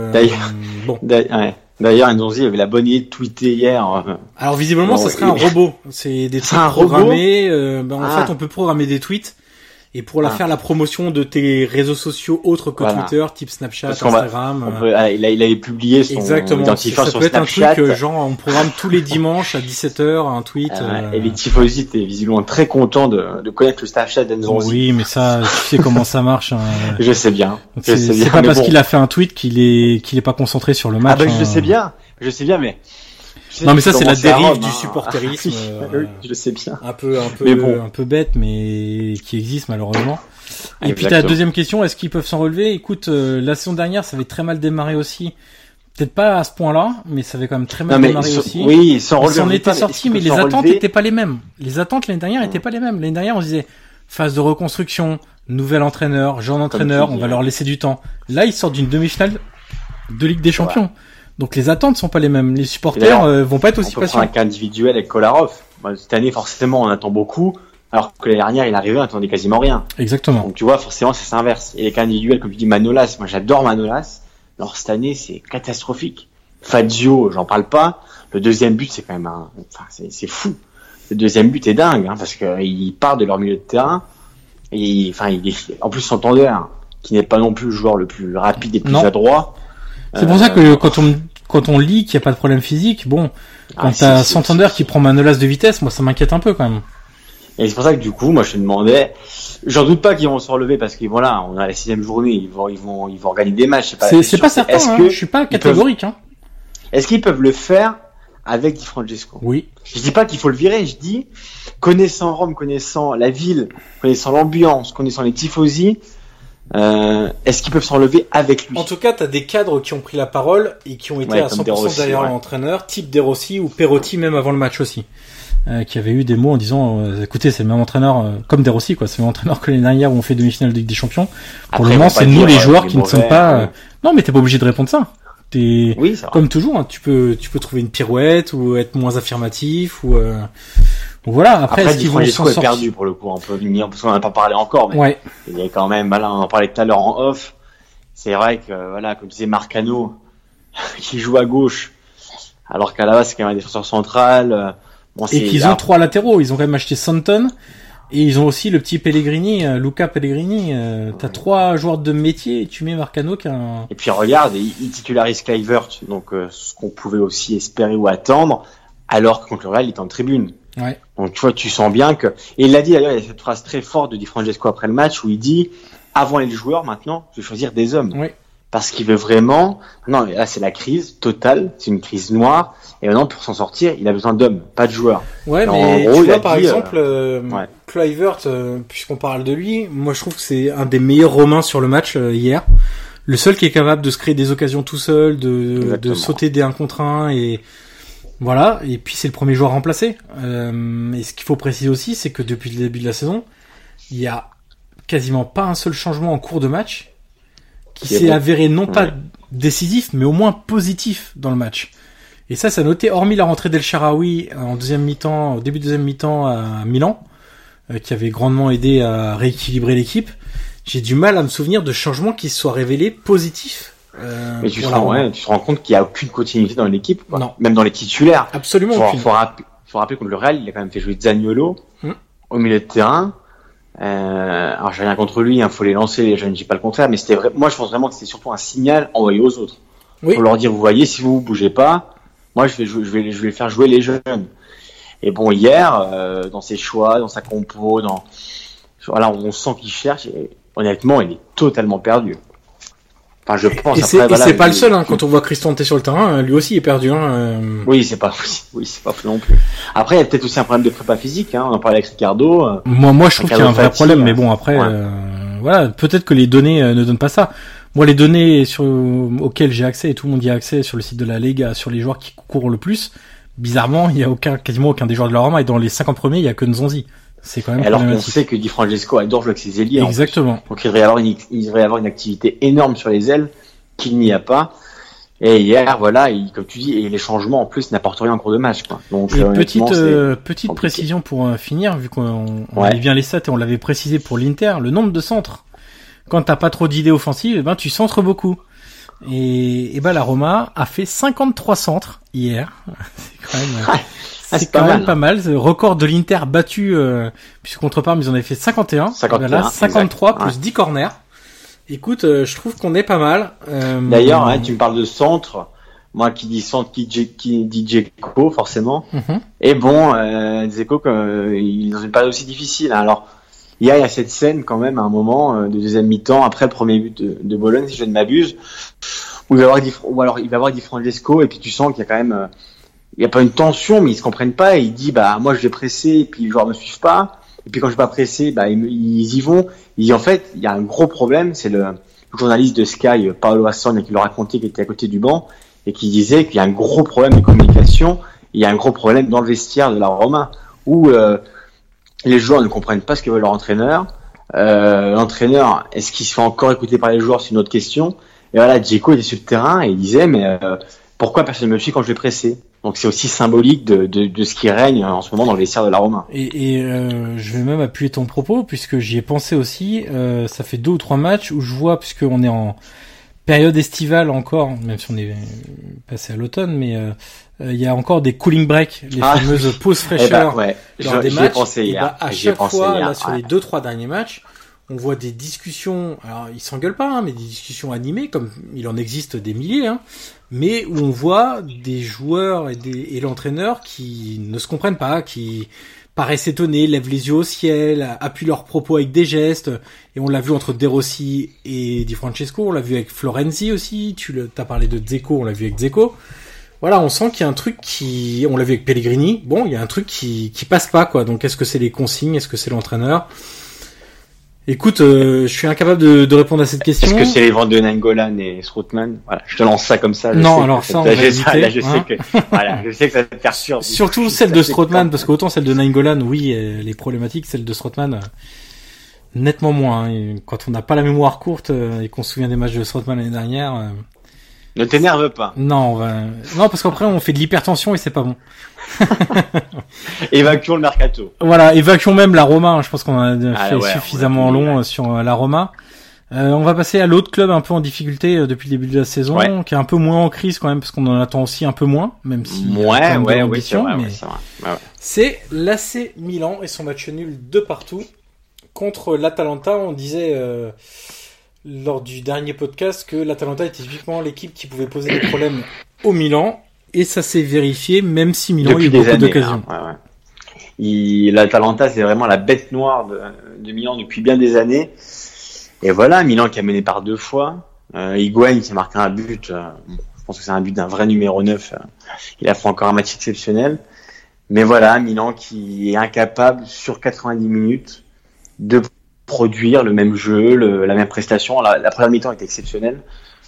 D'ailleurs, Nzonzi avait la bonne idée de tweeter hier. Alors visiblement, ça serait un robot. C'est des tweets programmés. En fait, on peut programmer des tweets. Et pour faire la promotion de tes réseaux sociaux autres que Twitter, type Snapchat, Instagram. Il avait publié son identifiant sur Snapchat. Ça peut être un truc, genre, on programme tous les dimanches à 17h un tweet. Et les tifosi étaient visiblement très contents de connaître le Snapchat d'Nzonzi. Oui, mais ça, tu sais comment ça marche. Hein. Je sais bien. C'est pas parce qu'il a fait un tweet qu'il est pas concentré sur le match. Je sais bien, mais... Non mais ça c'est la dérive du supporterisme. Je sais bien. Un peu bête mais qui existe malheureusement. Et puis ta deuxième question, est-ce qu'ils peuvent s'en relever? Écoute, la saison dernière ça avait très mal démarré aussi. Peut-être pas à ce point-là, mais ça avait quand même très mal démarré aussi. Oui, ils s'en étaient sortis, mais les attentes étaient pas les mêmes. Les attentes l'année dernière étaient pas les mêmes. L'année dernière on se disait phase de reconstruction, nouvel entraîneur, jeune entraîneur, on va leur laisser du temps. Là ils sortent d'une demi-finale de Ligue des Champions. Ouais. Donc les attentes sont pas les mêmes. Les supporters vont pas être aussi patients. On peut prendre un cas individuel avec Kolarov. Cette année, forcément, on attend beaucoup, alors que l'année dernière, il arrivait, on attendait quasiment rien. Exactement. Donc tu vois, forcément, c'est inverse. Et les cas individuels, comme tu dis, Manolas, moi j'adore Manolas. Alors cette année, c'est catastrophique. Fazio, j'en parle pas. Le deuxième but, c'est quand même c'est fou. Le deuxième but est dingue, parce que il part de leur milieu de terrain. Et il est, en plus, Santander, qui n'est pas non plus le joueur le plus rapide et le plus adroit. C'est pour ça que quand on lit qu'il n'y a pas de problème physique, quand t'as Santander qui prend Manolas de vitesse, moi ça m'inquiète un peu quand même. Et c'est pour ça que du coup, moi je me demandais, j'en doute pas qu'ils vont se relever parce que voilà, on a la 6e journée, ils vont gagner des matchs. C'est pas certain, je suis pas catégorique. Est-ce qu'ils peuvent le faire avec Di Francesco? Oui. Je dis pas qu'il faut le virer, je dis, connaissant Rome, connaissant la ville, connaissant l'ambiance, connaissant les tifosi, est-ce qu'ils peuvent s'en relever avec lui? En tout cas, t'as des cadres qui ont pris la parole et qui ont été à 100% derrière l'entraîneur, type De Rossi ou Perotti même avant le match aussi, qui avait eu des mots en disant écoutez, c'est le même entraîneur comme De Rossi, quoi, c'est le même entraîneur que l'année dernière où on fait demi-finale de Ligue des Champions. Pour le moment, c'est nous les joueurs qui ne sommes pas. Non, mais t'es pas obligé de répondre ça. Comme toujours, tu peux trouver une pirouette ou être moins affirmatif ou voilà. Après est-ce qu'ils vont s'en sortir? Perdu pour le coup, on peut venir parce qu'on n'a pas parlé encore, mais il y a quand même, on en parlait tout à l'heure en off. C'est vrai que comme disait Marcano, qui joue à gauche, alors qu'à la base c'est quand même un défenseur central. Et qu'ils ont 3 latéraux, ils ont quand même acheté Santon et ils ont aussi le petit Pellegrini, Luca Pellegrini. T'as 3 joueurs de métier et tu mets Marcano Et puis regarde, il titularise Kluivert, donc ce qu'on pouvait aussi espérer ou attendre, alors que contre le Real il est en tribune. Ouais. Donc tu vois, tu sens bien que... Et il l'a dit d'ailleurs, il y a cette phrase très forte de Di Francesco après le match où il dit « Avant les joueurs, maintenant, je vais choisir des hommes. Oui. » Parce qu'il veut vraiment... Non, là c'est la crise totale, c'est une crise noire, et maintenant pour s'en sortir, il a besoin d'hommes, pas de joueurs. Ouais, mais en gros, tu vois par exemple, Kluivert, puisqu'on parle de lui, moi je trouve que c'est un des meilleurs Romains sur le match hier. Le seul qui est capable de se créer des occasions tout seul, de sauter des 1 contre 1 et... Voilà, et puis c'est le premier joueur remplacé. Et ce qu'il faut préciser aussi, c'est que depuis le début de la saison, il y a quasiment pas un seul changement en cours de match qui s'est avéré non pas décisif, mais au moins positif dans le match. Et ça noté, hormis la rentrée d'El Shaarawy en deuxième mi-temps, au début de deuxième mi-temps à Milan, qui avait grandement aidé à rééquilibrer l'équipe, j'ai du mal à me souvenir de changements qui se soient révélés positifs. Mais tu te rends compte qu'il n'y a aucune continuité dans l'équipe, quoi. Non. Même dans les titulaires. Absolument aucune. Faut rappeler contre le Real, il a quand même fait jouer Zaniolo au milieu de terrain. Alors j'ai rien contre lui, faut les lancer, je ne dis pas le contraire, mais c'était vrai. Moi je pense vraiment que c'était surtout un signal envoyé aux autres. Oui. Pour leur dire, vous voyez, si vous bougez pas, moi je vais faire jouer les jeunes. Et bon, hier, dans ses choix, dans sa compo, on sent qu'il cherche. Et honnêtement, il est totalement perdu. Enfin, je pense. Et c'est pas le seul, quand on voit Cristante sur le terrain, lui aussi est perdu, Oui, c'est pas fou non plus. Après, il y a peut-être aussi un problème de prépa physique, on en parlait avec Ricardo. Moi, je trouve qu'il y a un vrai problème, mais bon, après, voilà, peut-être que les données ne donnent pas ça. Moi, les données auxquelles j'ai accès, et tout le monde y a accès sur le site de la Lega, sur les joueurs qui courent le plus, bizarrement, il y a quasiment aucun des joueurs de la Roma, et dans les 50 premiers, il y a que Nzonzi. C'est quand même alors qu'on sait que Di Francesco adore jouer avec ses ailiers. Exactement. Donc il devrait y avoir une activité énorme sur les ailes qu'il n'y a pas. Et hier, voilà, comme tu dis, et les changements en plus n'apportent rien en cours de match, quoi. Donc petite précision pour finir, vu qu'on lit bien les stats et on l'avait précisé pour l'Inter, le nombre de centres. Quand t'as pas trop d'idées offensives, tu centres beaucoup. Et la Roma a fait 53 centres hier. C'est quand même pas mal. Le record de l'Inter battu, puisque contre Parme, ils en avaient fait 51. 53 exact. Plus 10 corners. Écoute, je trouve qu'on est pas mal. D'ailleurs, tu me parles de centre. Moi, qui dis centre, qui dit Dzeko, forcément. Mm-hmm. Et bon, Dzeko, il est dans une période aussi difficile. Alors, il y a cette scène quand même à un moment de deuxième mi-temps, après le premier but de Bologne, si je ne m'abuse, où il va y avoir Di Francesco, et puis tu sens qu'il y a quand même, il y a pas une tension, mais ils se comprennent pas, et il dit, moi je vais presser, et puis les joueurs me suivent pas, et puis quand je vais pas presser, ils y vont. Et en fait, il y a un gros problème, c'est le journaliste de Sky, Paolo Assogna, qui le racontait, qui était à côté du banc, et qui disait qu'il y a un gros problème de communication, il y a un gros problème dans le vestiaire de la Roma, où les joueurs ne comprennent pas ce que veut leur entraîneur. L'entraîneur, est-ce qu'il se fait encore écouter par les joueurs, c'est une autre question. Et voilà, Dzeko était sur le terrain et il disait, mais pourquoi personne ne me suit quand je vais presser? Donc c'est aussi symbolique de ce qui règne en ce moment dans le vestiaire de la Roma. Et je vais même appuyer ton propos, puisque j'y ai pensé aussi. Ça fait 2 ou 3 matchs où je vois, puisqu'on est en période estivale encore, même si on est passé à l'automne, mais il y a encore des cooling breaks, les fameuses pauses fraîcheur dans des matchs. À chaque fois, là, sur les 2-3 derniers matchs, on voit des discussions, alors ils s'engueulent pas, mais des discussions animées, comme il en existe des milliers, mais où on voit des joueurs et l'entraîneur qui ne se comprennent pas, qui paraissent étonnés, lèvent les yeux au ciel, appuient leurs propos avec des gestes, et on l'a vu entre De Rossi et Di Francesco, on l'a vu avec Florenzi aussi, t'as parlé de Dzeko, on l'a vu avec Dzeko. Voilà, on sent qu'il y a un truc on l'a vu avec Pellegrini, bon, il y a un truc qui passe pas, quoi. Donc est-ce que c'est les consignes, est-ce que c'est l'entraîneur? Écoute, je suis incapable de répondre à cette question. Est-ce que c'est les ventes de Nainggolan et Strootman? Voilà, je te lance ça comme ça. Non, alors ça, on va éviter. Là, je sais que ça va te faire sûr. Surtout celle de Strootman, parce qu'autant celle de Nainggolan, oui, elle est problématique, celle de Strootman, nettement moins. Et quand on n'a pas la mémoire courte et qu'on se souvient des matchs de Strootman l'année dernière. Ne t'énerve pas. Non, non, parce qu'après on fait de l'hypertension et c'est pas bon. Évacuons le mercato. Voilà, évacuons même la Roma. Je pense qu'on a fait suffisamment long sur la Roma. On va passer à l'autre club un peu en difficulté depuis le début de la saison, qui est un peu moins en crise quand même, parce qu'on en attend aussi un peu moins, même si c'est l'AC Milan et son match nul de partout contre l'Atalanta. On disait lors du dernier podcast que l'Atalanta était typiquement l'équipe qui pouvait poser des problèmes au Milan, et ça s'est vérifié, même si Milan a eu beaucoup d'occasions. L'Atalanta, c'est vraiment la bête noire de Milan depuis bien des années. Et voilà, Milan qui a mené par 2 fois. Higuaín qui a marqué un but. Je pense que c'est un but d'un vrai numéro 9. Il a fait encore un match exceptionnel. Mais voilà, Milan qui est incapable sur 90 minutes de produire le même jeu, la même prestation. La première mi-temps était exceptionnelle.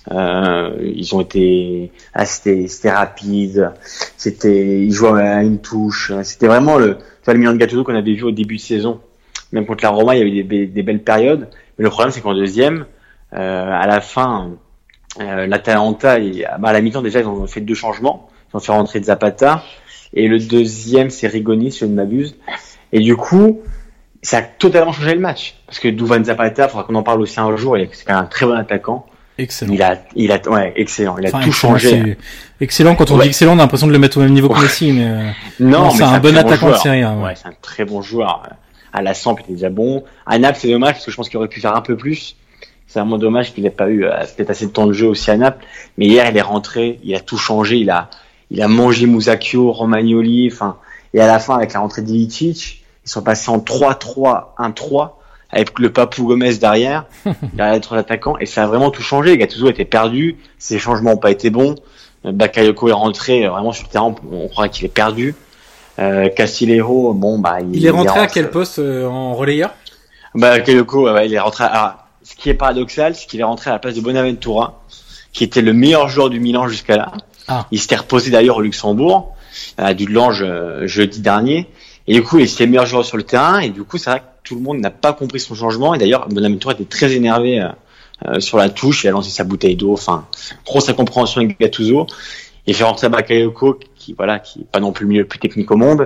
Ils ont été, c'était rapide. Ils jouaient à une touche. C'était vraiment le Milan de Gattuso qu'on avait vu au début de saison. Même contre la Roma, il y avait des belles périodes. Mais le problème, c'est qu'en deuxième, à la fin, l'Atalanta, à la mi-temps déjà, ils ont fait 2 changements. Ils ont fait rentrer Zapata. Et le deuxième, c'est Rigoni, si je ne m'abuse. Et du coup, ça a totalement changé le match. Parce que Duvan Zapata, il faudra qu'on en parle aussi un jour, c'est quand même un très bon attaquant. Excellent. Excellent. Il a tout changé. Excellent. Quand on dit excellent, on a l'impression de le mettre au même niveau que Messi, mais non, c'est un bon attaquant de Serie A. Ouais, c'est un très bon joueur. À la Samp, il était déjà bon. À Naples, c'est dommage parce que je pense qu'il aurait pu faire un peu plus. C'est vraiment dommage qu'il n'ait pas eu peut-être assez de temps de jeu aussi à Naples. Mais hier, il est rentré, il a tout changé. Il a mangé Musacchio, Romagnoli, et à la fin, avec la rentrée d'Ilicic, ils sont passés en 3-3-1-3 avec le Papou Gomez derrière l'autre attaquant, et ça a vraiment tout changé. Gattuso était perdu, ses changements n'ont pas été bons. Bakayoko est rentré vraiment sur le terrain, on croit qu'il est perdu. Castillejo, il est rentré à quel poste en relayeur? Bakayoko, il est rentré ce qui est paradoxal, c'est qu'il est rentré à la place de Bonaventura, qui était le meilleur joueur du Milan jusqu'à là. Il s'était reposé d'ailleurs au Luxembourg, à Dudelange jeudi dernier. Et du coup, il était le meilleur joueur sur le terrain. Et du coup, c'est vrai que tout le monde n'a pas compris son changement. Et d'ailleurs, Bonaventura était très énervé sur la touche. Il a lancé sa bouteille d'eau. Enfin, grosse incompréhension avec Gattuso. Il fait rentrer Bakayoko, qui est pas non plus le plus technique au monde.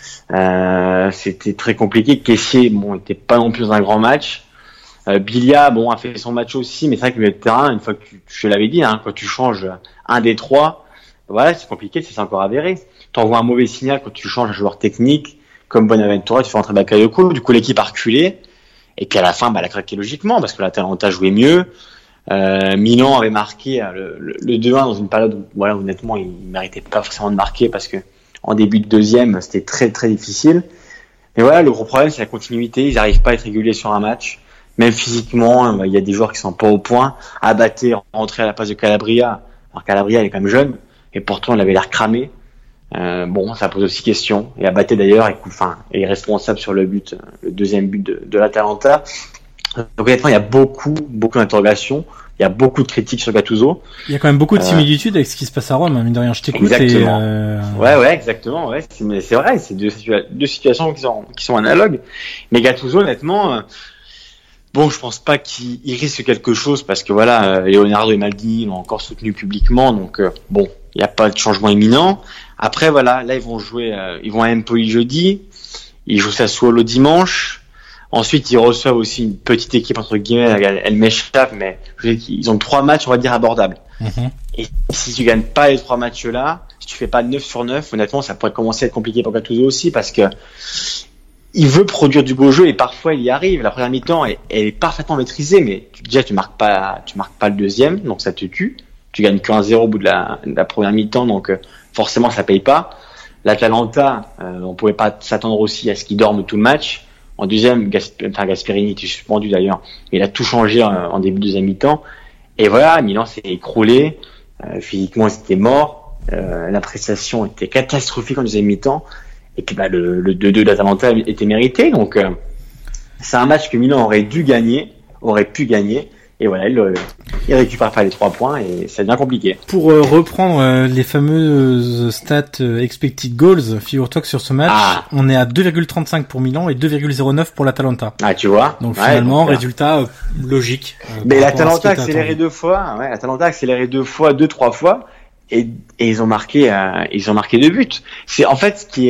C'était très compliqué. Kessié, bon, était pas non plus dans un grand match. Bilia, bon, a fait son match aussi, mais c'est vrai que le terrain, une fois que je l'avais dit, hein, quand tu changes un des trois, voilà, c'est compliqué, c'est encore avéré. T'envoies un mauvais signal quand tu changes un joueur technique, comme Bonaventura, tu fais rentrer Bakayoko, du coup l'équipe a reculé, et puis à la fin, elle a craqué logiquement, parce que l'Atalanta jouait mieux. Milan avait marqué le 2-1 dans une période où, voilà, honnêtement, il méritait pas forcément de marquer, parce que en début de deuxième, c'était très très difficile. Mais voilà, le gros problème, c'est la continuité, ils n'arrivent pas à être réguliers sur un match. Même physiquement, il y a des joueurs qui sont pas au point. Abaté rentrer à la place de Calabria. Alors Calabria, il est quand même jeune, et pourtant il avait l'air cramé. Bon, ça pose aussi question. Et Abaté d'ailleurs, est responsable sur le deuxième but de l'Atalanta. Donc honnêtement, il y a beaucoup d'interrogations. Il y a beaucoup de critiques sur Gattuso. Il y a quand même beaucoup de similitudes avec ce qui se passe à Rome, hein, mine de rien. Je t'écoute. Exactement. Ouais, exactement. Ouais, c'est vrai. C'est deux situations qui sont analogues. Mais Gattuso, honnêtement. Bon, je pense pas qu'il risque quelque chose parce que voilà, Leonardo et Maldini l'ont encore soutenu publiquement, donc bon, il n'y a pas de changement imminent. Après voilà, là ils vont à Empoli jeudi, ils jouent Sassuolo dimanche. Ensuite, ils reçoivent aussi une petite équipe entre guillemets, elle m'échappe, mais ils ont 3 matchs, on va dire abordables. Mm-hmm. Et si tu gagnes pas les 3 matchs-là, si tu fais pas 9 sur 9, honnêtement, ça pourrait commencer à être compliqué pour Gattuso aussi parce que il veut produire du beau jeu et parfois il y arrive. La première mi-temps, elle est parfaitement maîtrisée, mais déjà tu marques pas le deuxième, donc ça te tue. Tu gagnes que 1-0 au bout de la première mi-temps, donc forcément ça paye pas. L'Atalanta, on pouvait pas s'attendre aussi à ce qu'il dorme tout le match. En deuxième, Gasperini était suspendu d'ailleurs. Il a tout changé en début de deuxième mi-temps. Et voilà, Milan s'est écroulé. Physiquement, c'était mort. La prestation était catastrophique en deuxième mi-temps. Et puis le 2-2 de l'Atalanta était mérité, donc c'est un match que Milan aurait pu gagner, et voilà, il récupère pas les 3 points et ça devient compliqué. Pour reprendre les fameuses stats expected goals, figure-toi que sur ce match, on est à 2,35 pour Milan et 2,09 pour l'Atalanta. Ah, tu vois. Donc finalement, résultat logique. Mais l'Atalanta a accéléré 2 fois, l'Atalanta a accéléré 2 fois, 2-3 fois. Et ils ont marqué 2 buts. C'est en fait ce qui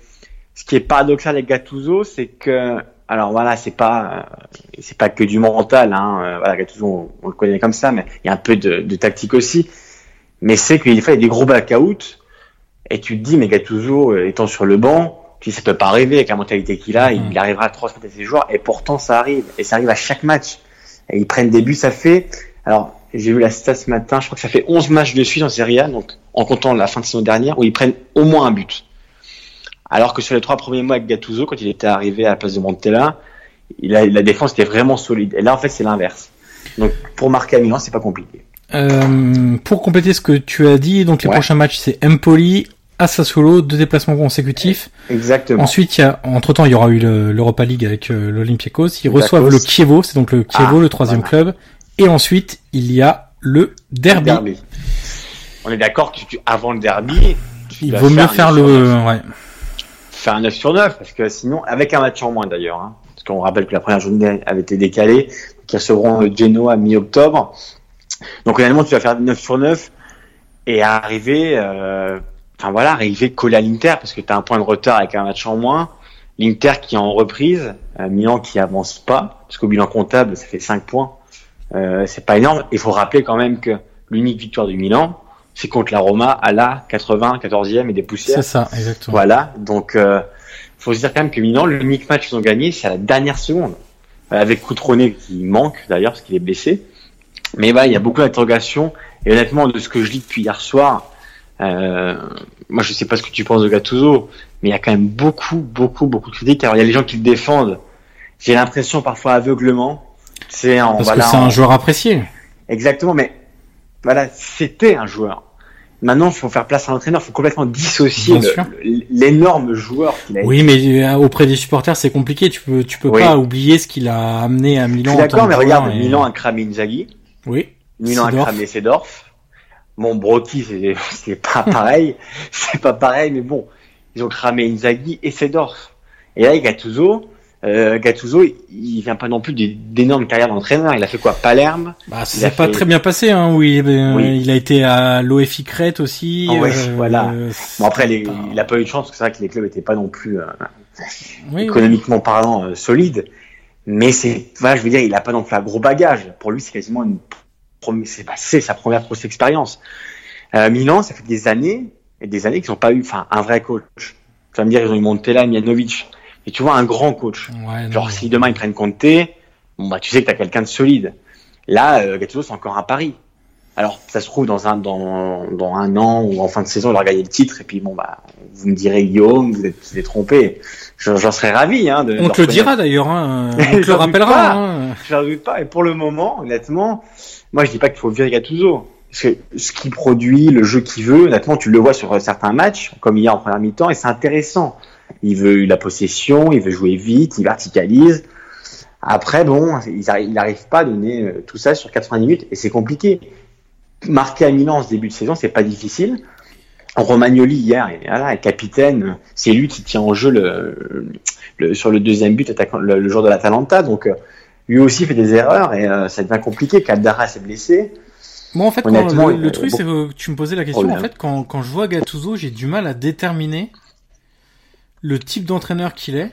est paradoxal avec Gattuso, c'est que alors voilà, c'est pas que du mental, hein. Voilà, Gattuso on le connaît comme ça, mais il y a un peu de tactique aussi. Mais c'est qu'il y a des gros blackouts et tu te dis mais Gattuso étant sur le banc, tu dis ça peut pas arriver avec la mentalité qu'il a, il arrivera à transmettre à ses joueurs et pourtant ça arrive et ça arrive à chaque match. Et ils prennent des buts, ça fait alors j'ai vu la stat ce matin, je crois que ça fait 11 matchs de suite en Serie A, donc en comptant la fin de saison dernière, où ils prennent au moins un but. Alors que sur les 3 premiers mois avec Gattuso, quand il était arrivé à la place de Montella, la défense était vraiment solide. Et là, en fait, c'est l'inverse. Donc, pour marquer à Milan, c'est pas compliqué. Pour compléter ce que tu as dit, donc les prochains matchs, c'est Empoli, à Sassuolo, 2 déplacements consécutifs. Exactement. Ensuite, entre-temps, il y aura eu l'Europa League avec l'Olympiakos. Ils reçoivent le Chievo, c'est donc le Chievo, le 3e club. Et ensuite, il y a le derby. On est d'accord que avant le derby, il vaut mieux faire faire un 9 sur 9, parce que sinon, avec un match en moins d'ailleurs, hein, parce qu'on rappelle que la première journée avait été décalée, qui recevront Genoa mi-octobre. Donc honnêtement, tu vas faire 9 sur 9 et arriver collé à l'Inter, parce que tu as un point de retard avec un match en moins. L'Inter qui est en reprise, Milan qui avance pas, parce qu'au bilan comptable, ça fait 5 points. C'est pas énorme. Il faut rappeler quand même que l'unique victoire du Milan, c'est contre la Roma à la 94e et des poussières. C'est ça, exactement. Voilà. Donc, faut se dire quand même que Milan, l'unique match qu'ils ont gagné, c'est à la dernière seconde. Avec Cutrone qui manque d'ailleurs, parce qu'il est blessé. Mais voilà, il y a beaucoup d'interrogations. Et honnêtement, de ce que je lis depuis hier soir, moi je sais pas ce que tu penses de Gattuso, mais il y a quand même beaucoup de critiques. Alors il y a les gens qui le défendent. J'ai l'impression parfois aveuglement. Parce que c'est un joueur apprécié. Exactement, mais voilà, c'était un joueur. Maintenant, il faut faire place à l'entraîneur, il faut complètement dissocier l'énorme joueur qu'il a été. Oui, mais auprès des supporters, c'est compliqué. Tu peux pas oublier ce qu'il a amené à Milan. Je suis d'accord, mais regarde, Milan a cramé Inzaghi. Oui. Milan a cramé Seedorf. Bon, Brocky, c'est pas pareil. C'est pas pareil, mais bon, ils ont cramé Inzaghi et Seedorf. Et là, Gattuso, il vient pas non plus d'énormes carrières d'entraîneur. Il a fait quoi? Palerme. Bah, ça s'est pas très bien passé, hein. Oui. Il a été à l'OFI Crète aussi. Voilà. Bon, après, il a pas eu de chance parce que c'est vrai que les clubs étaient pas non plus, économiquement parlant, solides. Mais je veux dire, il a pas non plus un gros bagage. Pour lui, c'est quasiment c'est sa première grosse expérience. Milan, ça fait des années et des années qu'ils n'ont pas eu, un vrai coach. Tu vas me dire, ils ont eu Montella, Mianovic. Et tu vois, un grand coach. Ouais, genre, si demain ils prennent Conte, tu sais que t'as quelqu'un de solide. Là, Gattuso, c'est encore un pari. Alors, ça se trouve, dans un an ou en fin de saison, il aura gagné le titre. Et puis, vous me direz, Guillaume, vous êtes trompé. J'en serais ravi, hein, on te le dira d'ailleurs, hein. On te le rappellera, hein. Je ne doute pas. Et pour le moment, honnêtement, moi, je dis pas qu'il faut virer Gattuso. Parce que ce qu'il produit, le jeu qu'il veut, honnêtement, tu le vois sur certains matchs, comme hier en première mi-temps, et c'est intéressant. Il veut la possession, il veut jouer vite, il verticalise. Après, il n'arrive pas à donner tout ça sur 90 minutes, et c'est compliqué. Marquer à Milan en ce début de saison, c'est pas difficile. Romagnoli hier, le capitaine, c'est lui qui tient en jeu sur le deuxième but, le joueur de l'Atalanta. Donc lui aussi fait des erreurs et ça devient compliqué. Caldara s'est blessé. Moi, en fait, le truc, c'est que tu me posais la question. En fait, quand je vois Gattuso, j'ai du mal à déterminer le type d'entraîneur qu'il est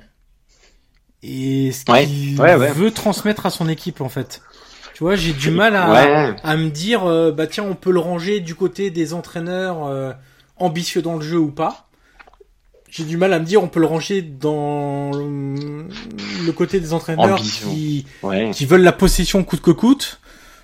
et ce qu'il veut transmettre à son équipe, en fait. Tu vois, j'ai du mal à me dire, tiens, on peut le ranger du côté des entraîneurs ambitieux dans le jeu ou pas. J'ai du mal à me dire, on peut le ranger dans le côté des entraîneurs qui veulent la possession coûte que coûte.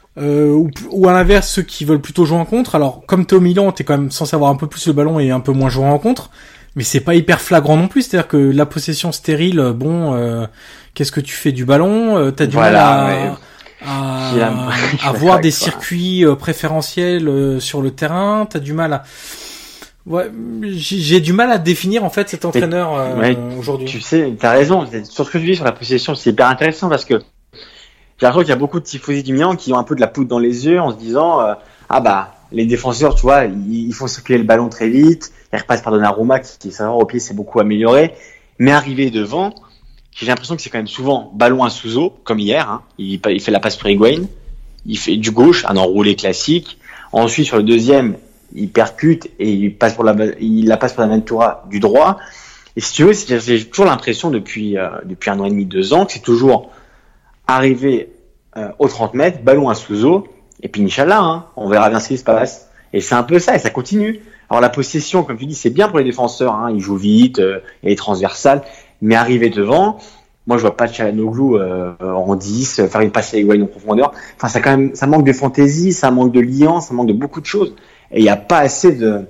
Ou à l'inverse, ceux qui veulent plutôt jouer en contre. Alors, comme t'es au Milan, t'es quand même censé avoir un peu plus le ballon et un peu moins jouer en contre. Mais c'est pas hyper flagrant non plus. C'est-à-dire que la possession stérile, qu'est-ce que tu fais du ballon? T'as du mal à voir des circuits préférentiels sur le terrain. T'as du mal à... j'ai du mal à définir en fait cet entraîneur aujourd'hui. Tu sais, t'as raison. Sur ce que tu dis sur la possession, c'est hyper intéressant parce que j'ai l'impression qu'il y a beaucoup de tifosi du Milan qui ont un peu de la poudre dans les yeux en se disant les défenseurs, tu vois, ils font circuler le ballon très vite, ils repassent par Donnarumma qui au pied s'est beaucoup amélioré, mais arrivé devant, j'ai l'impression que c'est quand même souvent ballon à Suso, comme hier, hein. Il fait la passe pour Higuaín, il fait du gauche, un enroulé classique. Ensuite sur le deuxième, il percute et il la passe pour la Ventura du droit. Et si tu veux, j'ai toujours l'impression depuis 1 an et demi, 2 ans que c'est toujours arriver aux 30 mètres, ballon à Suso, et puis Inch'Allah, on verra bien ce qui se passe. Et c'est un peu ça, et ça continue. Alors la possession, comme tu dis, c'est bien pour les défenseurs, hein, ils jouent vite, et transversal, mais arriver devant, moi je vois pas Çalhanoğlu en 10, faire une passe à Higuaín en profondeur. Enfin, ça manque de fantaisie, ça manque de liant, ça manque de beaucoup de choses. Et il y a pas assez de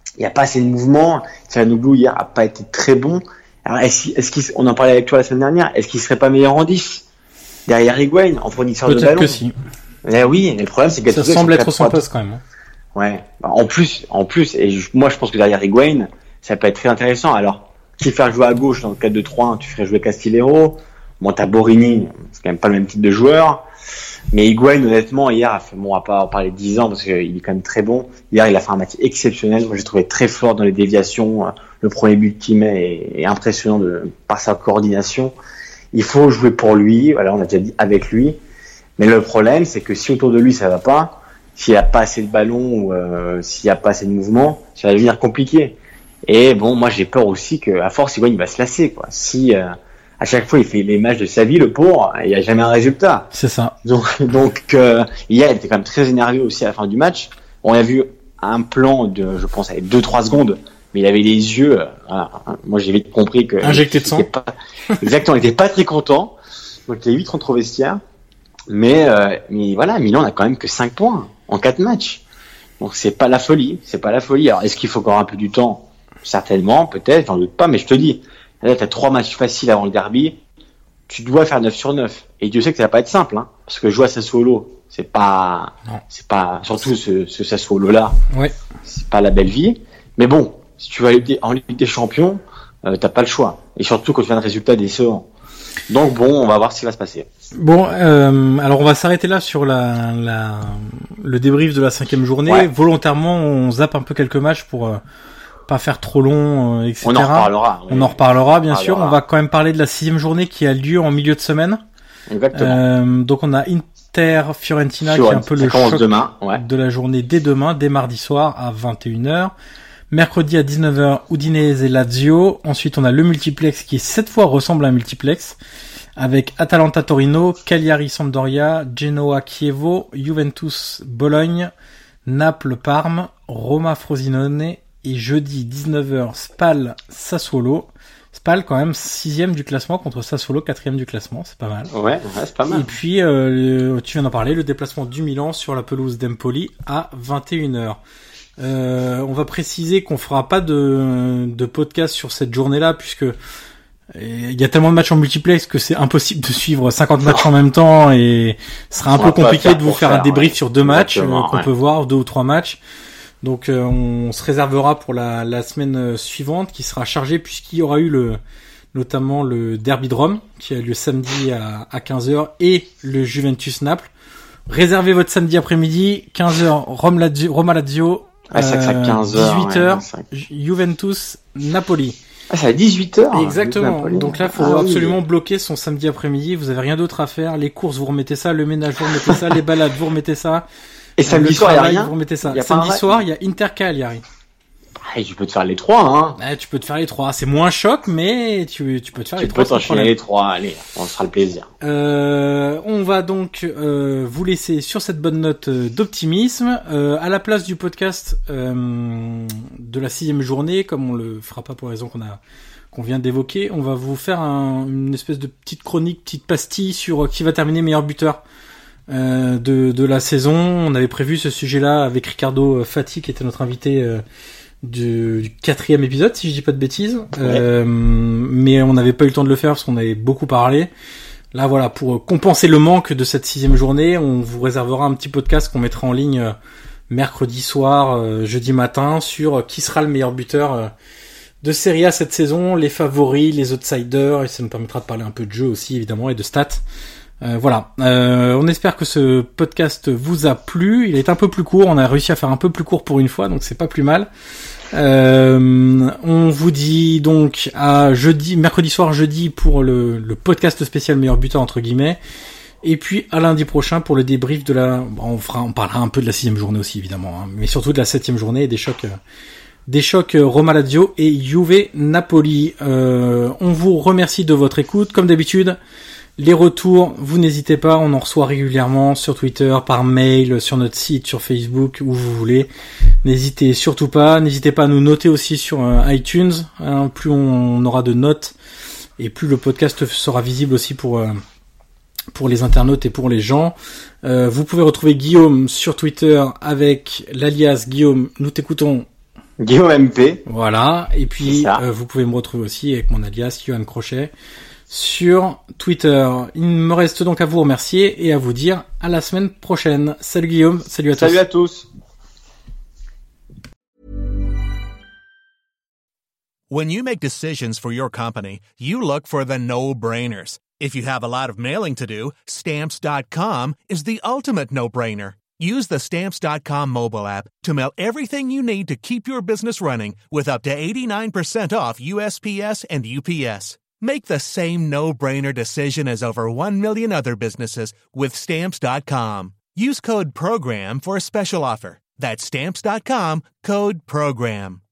mouvement. Çalhanoğlu hier a pas été très bon. Alors on en parlait avec toi la semaine dernière, est-ce qu'il serait pas meilleur en 10 derrière Higuaín en fournisseur de ballon? Peut-être que si. Oui, le problème c'est que ça semble être son poste quand même. Ouais. En plus, et moi je pense que derrière Higuaín, ça peut être très intéressant. Alors, qui faire jouer à gauche dans le 4-2-3-1, tu ferais jouer Castillero. Bon, t'as Borini, c'est quand même pas le même type de joueur. Mais Higuaín, honnêtement, hier, on va pas en parler 10 ans parce qu'il est quand même très bon. Hier, il a fait un match exceptionnel. Moi, j'ai trouvé très fort dans les déviations. Le premier but qu'il met est impressionnant par sa coordination. Il faut jouer pour lui. Voilà, on a déjà dit avec lui. Mais le problème, c'est que si autour de lui, ça va pas, s'il n'y a pas assez de ballon ou s'il n'y a pas assez de mouvement, ça va devenir compliqué. Et bon, moi, j'ai peur aussi qu'à force, Higuaín, il va se lasser, quoi. Si à chaque fois, il fait les matchs de sa vie, le pauvre, il n'y a jamais un résultat. C'est ça. Donc hier, il était quand même très énervé aussi à la fin du match. On a vu un plan de, je pense, avec 2-3 secondes, mais il avait les yeux, moi j'ai vite compris que... Injecté de sang. Exactement, il était pas très content. Donc il y a 8 rentrées au vestiaire. Mais voilà, Milan n'a quand même que 5 points en 4 matchs. Donc c'est pas la folie. Alors est-ce qu'il faut encore un peu du temps? Certainement, peut-être, j'en doute pas, mais je te dis, là t'as 3 matchs faciles avant le derby, tu dois faire 9 sur 9. Et Dieu sait que ça va pas être simple, hein, parce que jouer à Sassuolo, c'est pas, surtout ce Sassuolo-là, c'est pas la belle vie. Mais bon, si tu vas en Ligue des Champions, t'as pas le choix. Et surtout quand tu as un résultat décevant. Donc bon, on va voir ce qui va se passer. Bon, alors on va s'arrêter là sur le débrief de la 5e journée. Ouais. Volontairement, on zappe un peu quelques matchs pour pas faire trop long, etc. On en reparlera. On en reparlera, bien sûr. On va quand même parler de la 6e journée qui a lieu en milieu de semaine. Exactement. Donc on a Inter-Fiorentina qui est un peu le choc demain, de la journée dès demain, dès mardi soir à 21h. Mercredi à 19h, Udinese et Lazio. Ensuite, on a le multiplex qui cette fois ressemble à un multiplex avec Atalanta-Torino, Cagliari-Sampdoria, Genoa-Chievo, Juventus-Bologne, Naples-Parme, Roma-Frosinone et jeudi 19h, Spal-Sassuolo. Spal quand même 6e du classement contre Sassuolo 4e du classement, c'est pas mal. Ouais, c'est pas mal. Et puis, tu viens d'en parler, le déplacement du Milan sur la pelouse d'Empoli à 21h. On va préciser qu'on fera pas de podcast sur cette journée-là puisque il y a tellement de matchs en multiplex que c'est impossible de suivre 50 matchs en même temps et ce sera un peu compliqué de vous faire un débrief sur 2 matchs qu'on peut voir, 2 ou 3 matchs. Donc on se réservera pour la semaine suivante qui sera chargée puisqu'il y aura eu notamment le derby de Rome qui a lieu samedi à 15h et le Juventus-Naples. Réservez votre samedi après-midi, 15h Roma-Lazio. C'est que ça 15h. 18h, Juventus-Napoli. C'est à 18h. Exactement. Donc là, faut absolument bloquer son samedi après-midi. Vous avez rien d'autre à faire. Les courses, vous remettez ça. Le ménage, vous remettez ça. Les balades, vous remettez ça. Et samedi soir, il y a rien. Vous remettez ça. Samedi soir, il y a Inter-Cagliari. Tu peux te faire les 3, hein. Ouais, tu peux te faire les 3. C'est moins choc, mais tu peux te faire les 3. Tu peux t'enchaîner les 3. Allez, on se fera le plaisir. On va donc vous laisser sur cette bonne note d'optimisme. À la place du podcast de la 6e journée, comme on le fera pas pour raison qu'on vient d'évoquer, on va vous faire une espèce de petite chronique, petite pastille sur qui va terminer meilleur buteur de la saison. On avait prévu ce sujet-là avec Ricardo Fati, qui était notre invité du 4e épisode, si je dis pas de bêtises. Mais on n'avait pas eu le temps de le faire parce qu'on avait beaucoup parlé. Là, voilà, pour compenser le manque de cette 6e journée, on vous réservera un petit podcast qu'on mettra en ligne mercredi soir, jeudi matin, sur qui sera le meilleur buteur de Serie A cette saison, les favoris, les outsiders, et ça nous permettra de parler un peu de jeu aussi, évidemment, et de stats. Voilà. On espère que ce podcast vous a plu. Il est un peu plus court. On a réussi à faire un peu plus court pour une fois, donc c'est pas plus mal. On vous dit donc à mercredi soir, jeudi pour le podcast spécial meilleur buteur entre guillemets. Et puis à lundi prochain pour le débrief on parlera un peu de la 6e journée aussi évidemment, hein, mais surtout de la 7e journée et des chocs Roma-Lazio et Juve-Napoli. On vous remercie de votre écoute comme d'habitude. Les retours, vous n'hésitez pas, on en reçoit régulièrement sur Twitter, par mail, sur notre site, sur Facebook, où vous voulez. N'hésitez surtout pas. N'hésitez pas à nous noter aussi sur iTunes. Hein, plus on aura de notes et plus le podcast sera visible aussi pour les internautes et pour les gens. Vous pouvez retrouver Guillaume sur Twitter avec l'alias Guillaume, nous t'écoutons. Guillaume MP. Voilà. Et puis vous pouvez me retrouver aussi avec mon alias Yohan Crochet sur Twitter. Il me reste donc à vous remercier et à vous dire à la semaine prochaine. Salut Guillaume, salut à tous. Salut à tous. When you make decisions for your company, you look for the no-brainers. If you have a lot of mailing to do, Stamps.com is the ultimate no-brainer. Use the Stamps.com mobile app to mail everything you need to keep your business running with up to 89% off USPS and UPS. Make the same no-brainer decision as over 1 million other businesses with Stamps.com. Use code PROGRAM for a special offer. That's Stamps.com, code PROGRAM.